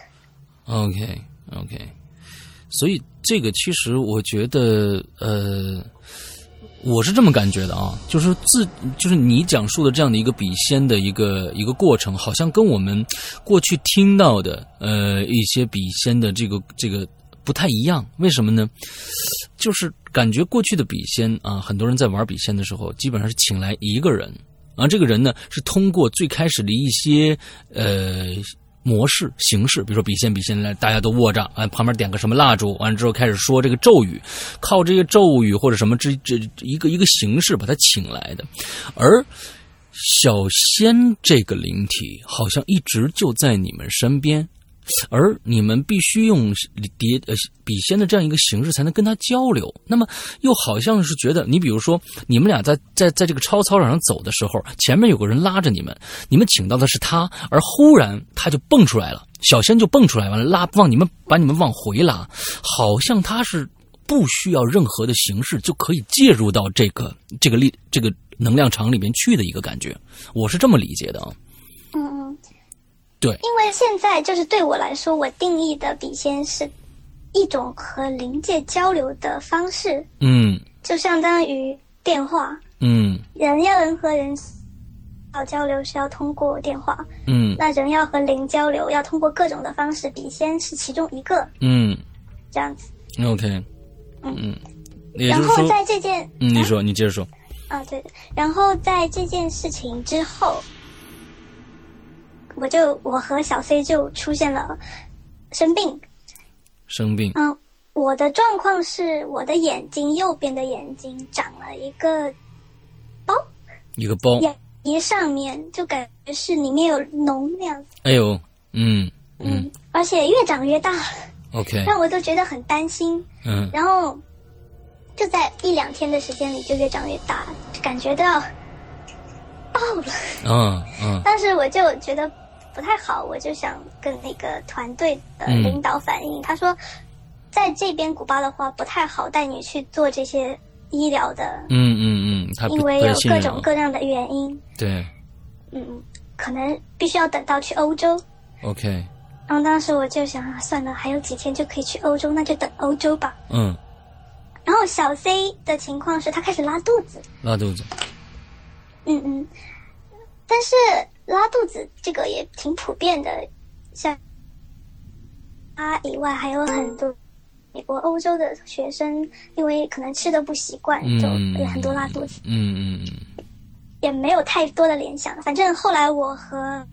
OK OK， 所以这个其实我觉得，呃，我是这么感觉的啊，就是自就是你讲述的这样的一个笔仙的一个一个过程，好像跟我们过去听到的呃一些笔仙的这个这个。不太一样，为什么呢？就是感觉过去的笔仙啊，很多人在玩笔仙的时候，基本上是请来一个人，而这个人呢是通过最开始的一些呃模式形式，比如说笔仙笔仙来，大家都握着啊，旁边点个什么蜡烛，完了之后开始说这个咒语，靠这个咒语或者什么这这一个一个形式把他请来的，而小仙这个灵体好像一直就在你们身边。而你们必须用碟呃笔仙的这样一个形式才能跟他交流，那么又好像是觉得，你比如说你们俩在在在这个超操场上走的时候，前面有个人拉着你们，你们请到的是他，而忽然他就蹦出来了，小仙就蹦出来，完了拉往你们把你们往回拉，好像他是不需要任何的形式就可以介入到这个这个力这个能量场里面去的一个感觉，我是这么理解的啊。 嗯嗯。 对， 因为现在就是对我来说，我定义的笔仙是一种和灵界交流的方式， 嗯， 就相当于电话， 嗯， 人要人和人要交流是要通过电话， 嗯， 那人要和灵交流要通过各种的方式，笔仙是其中一个， 嗯， 这样子 ，OK， 嗯嗯， 然后在这件， 嗯，你说，啊、你接着说， 啊，对，然后在这件事情之后。我就我和小 C 就出现了生病， 生病。 嗯，我的状况是我的眼睛右边的眼睛长了一个包， 一个包， 眼皮上面就感觉是里面有脓那样子。 哎呦，嗯嗯, 嗯，而且越长越大 ，OK， 让我都觉得很担心。 嗯， 然后就在一两天的时间里就越长越大，就感觉到爆了。 嗯嗯， 当时我就觉得。不太好，我就想跟那个团队的领导反映，嗯、他说，在这边古巴的话不太好带你去做这些医疗的， 嗯嗯嗯，他因为有各种各样的原因， 对， 嗯，可能必须要等到去欧洲 ，OK， 然后当时我就想，啊，算了，还有几天就可以去欧洲，那就等欧洲吧， 嗯， 然后小 C 的情况是他开始拉肚子， 拉肚子， 嗯嗯，但是。拉肚子这个也挺普遍的，像他以外还有很多美国、欧洲的学生，因为可能吃的不习惯，就有很多拉肚子。 嗯嗯嗯， 也没有太多的联想。反正后来我和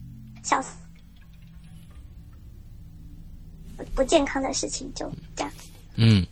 小不健康的事情，就这样。 嗯。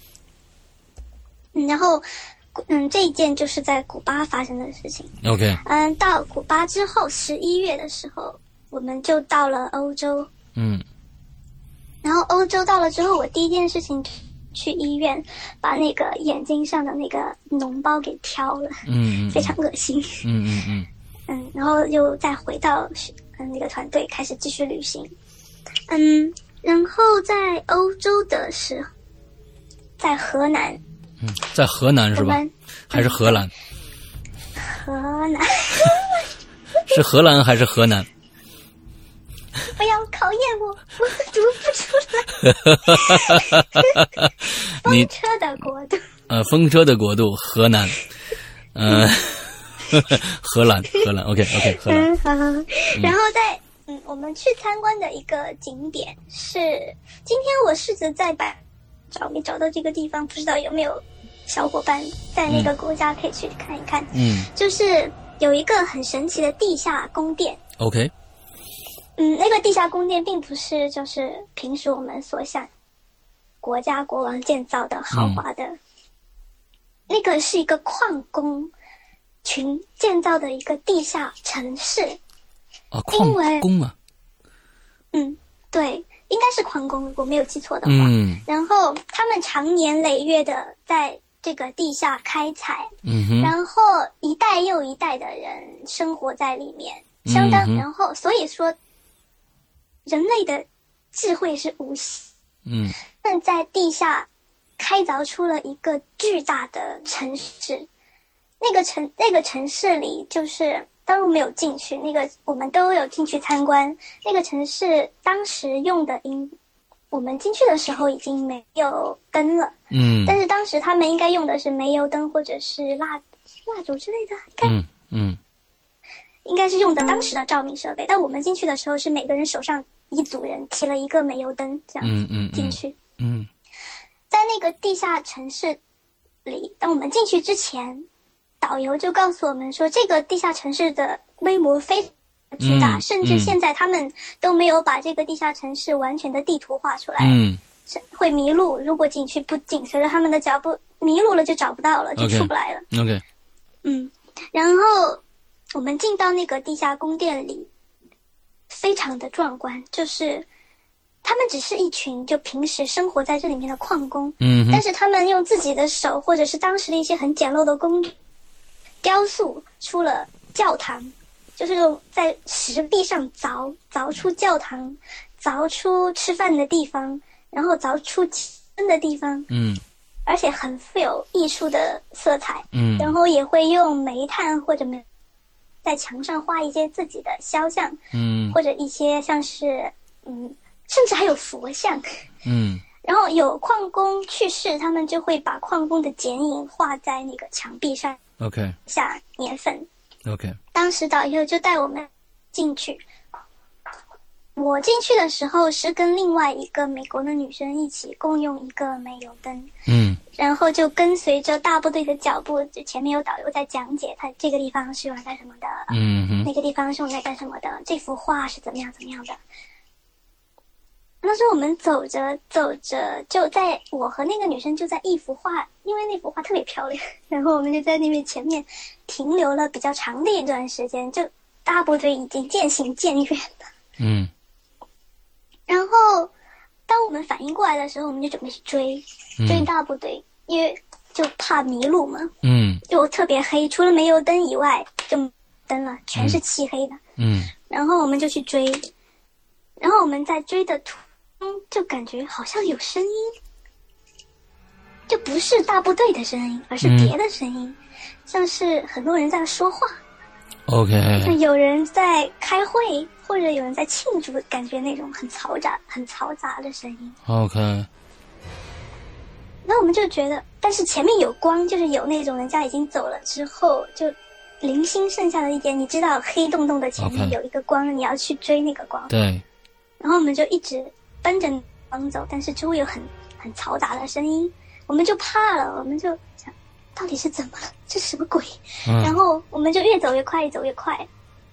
嗯，然后，嗯，这一件就是在古巴发生的事情。 OK。 嗯，到古巴之后，十一月的时候，我们就到了欧洲。 嗯。 然后欧洲到了之后，我第一件事情去医院把那个眼睛上的那个脓包给挑了。 嗯。 非常恶心。 嗯嗯嗯。 嗯，然后又再回到嗯那个团队开始继续旅行。嗯，然后在欧洲的时候，在河南。 嗯，在河南是吧？还是荷兰？ 河南。 是荷兰还是河南？ 不要考验我，我读不出来。风车的国度。 呃，风车的国度，河南。呃，荷兰，荷兰 ，OK OK， 荷兰。 嗯，好好。然后在嗯，我们去参观的一个景点是，今天我试着在百找没找到这个地方，不知道有没有小伙伴在那个国家可以去看一看。 嗯， 就是有一个很神奇的地下宫殿。 OK。 嗯，那个地下宫殿并不是就是平时我们所想国家国王建造的豪华的，嗯、那个是一个矿工群建造的一个地下城市。 啊，矿工啊。 嗯，对，应该是矿工，如果没有记错的话。 嗯。 然后他们长年累月的在这个地下开采， 嗯哼。 然后一代又一代的人生活在里面，相当， 嗯、 然后所以说。人类的智慧是无限。 嗯， 他们在地下开凿出了一个巨大的城市。那个城那个城市里，就是当然没有进去，那个我们都有进去参观。那个城市当时用的银，我们进去的时候已经没有灯了。 嗯， 但是当时他们应该用的是煤油灯或者是蜡蜡烛之类的。 嗯嗯。 应该是用的当时的照明设备，但我们进去的时候是每个人手上一组人提了一个煤油灯，这样嗯嗯进去。 嗯，嗯在那个地下城市里，当我们进去之前，导游就告诉我们说，这个地下城市的规模非常巨大， 嗯、 甚至现在他们都没有把这个地下城市完全的地图画出来， 嗯， 会迷路。如果进去不紧随着他们的脚步，迷路了就找不到了，就出不来了。 OK， 嗯，然后。我们进到那个地下宫殿里，非常的壮观，就是他们只是一群就平时生活在这里面的矿工， 嗯， 但是他们用自己的手或者是当时的一些很简陋的工具，雕塑出了教堂，就是在石壁上凿凿出教堂，凿出吃饭的地方，然后凿出灯的地方， 嗯。 而且很富有艺术的色彩， 嗯， 然后也会用煤炭或者煤在墙上画一些自己的肖像， 嗯， 或者一些像是嗯，甚至还有佛像， 嗯， 然后有矿工去世，他们就会把矿工的剪影画在那个墙壁上 ，OK， 下年份 ，OK， 当时导游就带我们进去。我进去的时候是跟另外一个美国的女生一起共用一个煤油灯， 嗯， 然后就跟随着大部队的脚步，就前面有导游在讲解，他这个地方是用来干什么的， 嗯哼， 那个地方是用来干什么的，这幅画是怎么样怎么样的。那时候我们走着走着，就在我和那个女生就在一幅画，因为那幅画特别漂亮，然后我们就在那边前面停留了比较长的一段时间，就大部队已经渐行渐远了， 嗯。 然后，当我们反应过来的时候，我们就准备去追，追大部队，嗯、因为就怕迷路嘛。 嗯。 就特别黑，除了煤油灯以外，就灯了，全是漆黑的。 嗯。 然后我们就去追，然后我们在追的途中就感觉好像有声音，就不是大部队的声音，而是别的声音，嗯、像是很多人在说话。 OK。 有人在开会。或者有人在庆祝，感觉那种很嘈杂、很嘈杂的声音。 OK。 那我们就觉得，但是前面有光，就是有那种人家已经走了之后，就零星剩下的一点，你知道黑洞洞的前面有一个光， okay. 你要去追那个光。 对。 然后我们就一直奔着光走，但是周围有很很嘈杂的声音，我们就怕了，我们就想，到底是怎么了？这是什么鬼？嗯、然后我们就越走越快，越走越快。当我们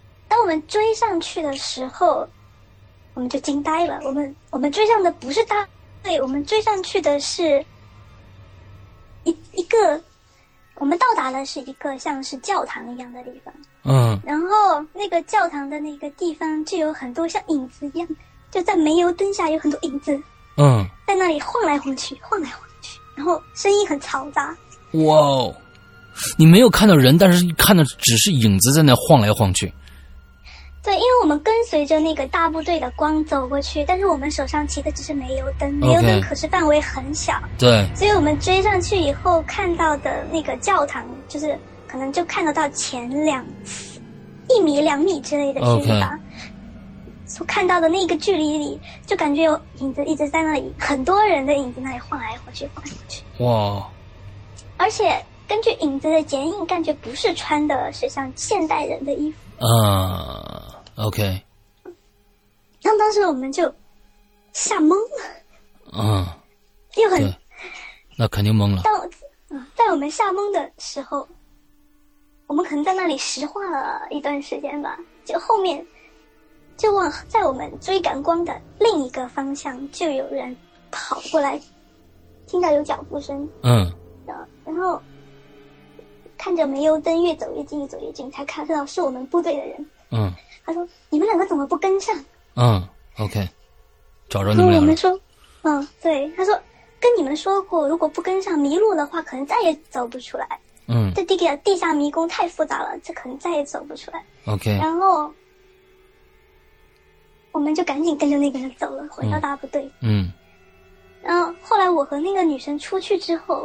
们追上去的时候，我们就惊呆了。我们我们追上的不是大队，我们追上去的是一一个，我们到达的是一个像是教堂一样的地方。 嗯， 然后那个教堂的那个地方就有很多像影子一样，就在煤油灯下有很多影子。 嗯， 在那里晃来晃去，晃来晃去，然后声音很嘈杂。 哇哦！你没有看到人，但是看到只是影子在那晃来晃去。 对，因为我们跟随着那个大部队的光走过去，但是我们手上骑的只是煤油灯，煤油灯可是范围很小。 对， 所以我们追上去以后看到的那个教堂，就是可能就看得到前两一米两米之类的距离吧。所看到的那个距离里，就感觉有影子一直在那里，很多人的影子那里晃来晃去，晃来晃去。 哇！ 而且根据影子的剪影，感觉不是穿的是像现代人的衣服。 啊 ，OK。 然后当时我们就吓懵了。 嗯。 又很。 那肯定懵了。 当嗯，在我们吓懵的时候，我们可能在那里石化了一段时间吧。就后面，就往在我们追赶光的另一个方向，就有人跑过来，听到有脚步声。 嗯。 然后看着煤油灯越走越近，越走越近，才看到是我们部队的人。 嗯。 他说：“你们两个怎么不跟上？” 嗯 ，OK， 找着你们两个。 我们说，嗯，对，他说跟你们说过，如果不跟上迷路的话，可能再也走不出来。 嗯， 这地个地下迷宫太复杂了，这可能再也走不出来。 OK， 然后我们就赶紧跟着那个人走了，回到大部队。 嗯， 然后后来我和那个女生出去之后，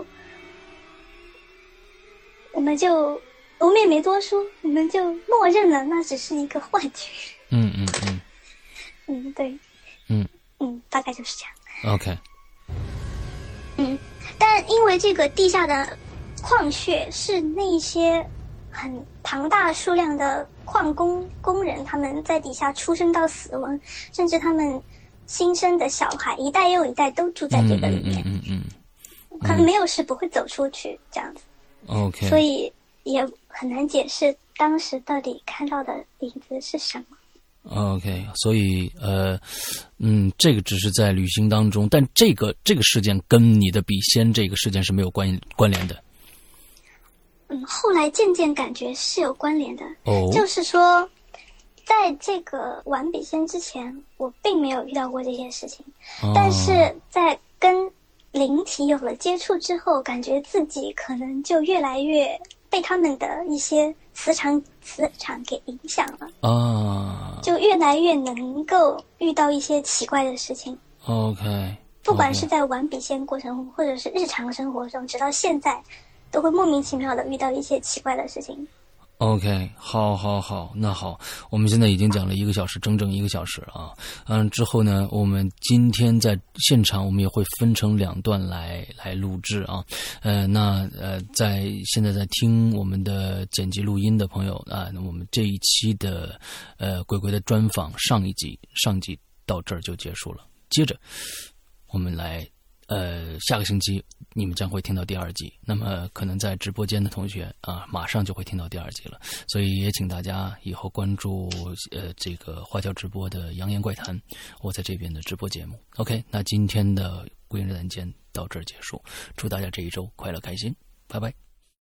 我们就我们也没多说，我们就默认了那只是一个幻觉。 嗯嗯嗯， 嗯，对， 嗯嗯，大概就是这样。 OK， 嗯，但因为这个地下的矿穴是那些很庞大数量的矿工工人，他们在底下出生到死亡，甚至他们新生的小孩一代又一代都住在这个里面。 嗯嗯嗯嗯，可能没有事不会走出去这样子。 OK， 所以也很难解释当时到底看到的影子是什么。 OK， 所以呃，嗯，这个只是在旅行当中，但这个这个事件跟你的笔仙这个事件是没有关关联的。 嗯，后来渐渐感觉是有关联的。 哦， 就是说，在这个玩笔仙之前，我并没有遇到过这些事情， 哦， 但是在跟灵体有了接触之后，感觉自己可能就越来越被他们的一些磁场磁场给影响了啊， 就越来越能够遇到一些奇怪的事情。 OK， 不管是在玩笔仙过程中，或者是日常生活中，直到现在，都会莫名其妙的遇到一些奇怪的事情。 OK， 好，好，好，那好，我们现在已经讲了一个小时，整整一个小时啊。嗯，之后呢，我们今天在现场，我们也会分成两段来来录制啊。呃，那呃，在现在在听我们的剪辑录音的朋友啊，那我们这一期的呃鬼鬼的专访上一集上集到这儿就结束了。接着我们来。呃，下个星期你们将会听到第二集，那么可能在直播间的同学啊，马上就会听到第二集了，所以也请大家以后关注呃这个花椒直播的扬言怪谈，我在这边的直播节目。OK， 那今天的鬼影人间到这儿结束，祝大家这一周快乐开心，拜拜。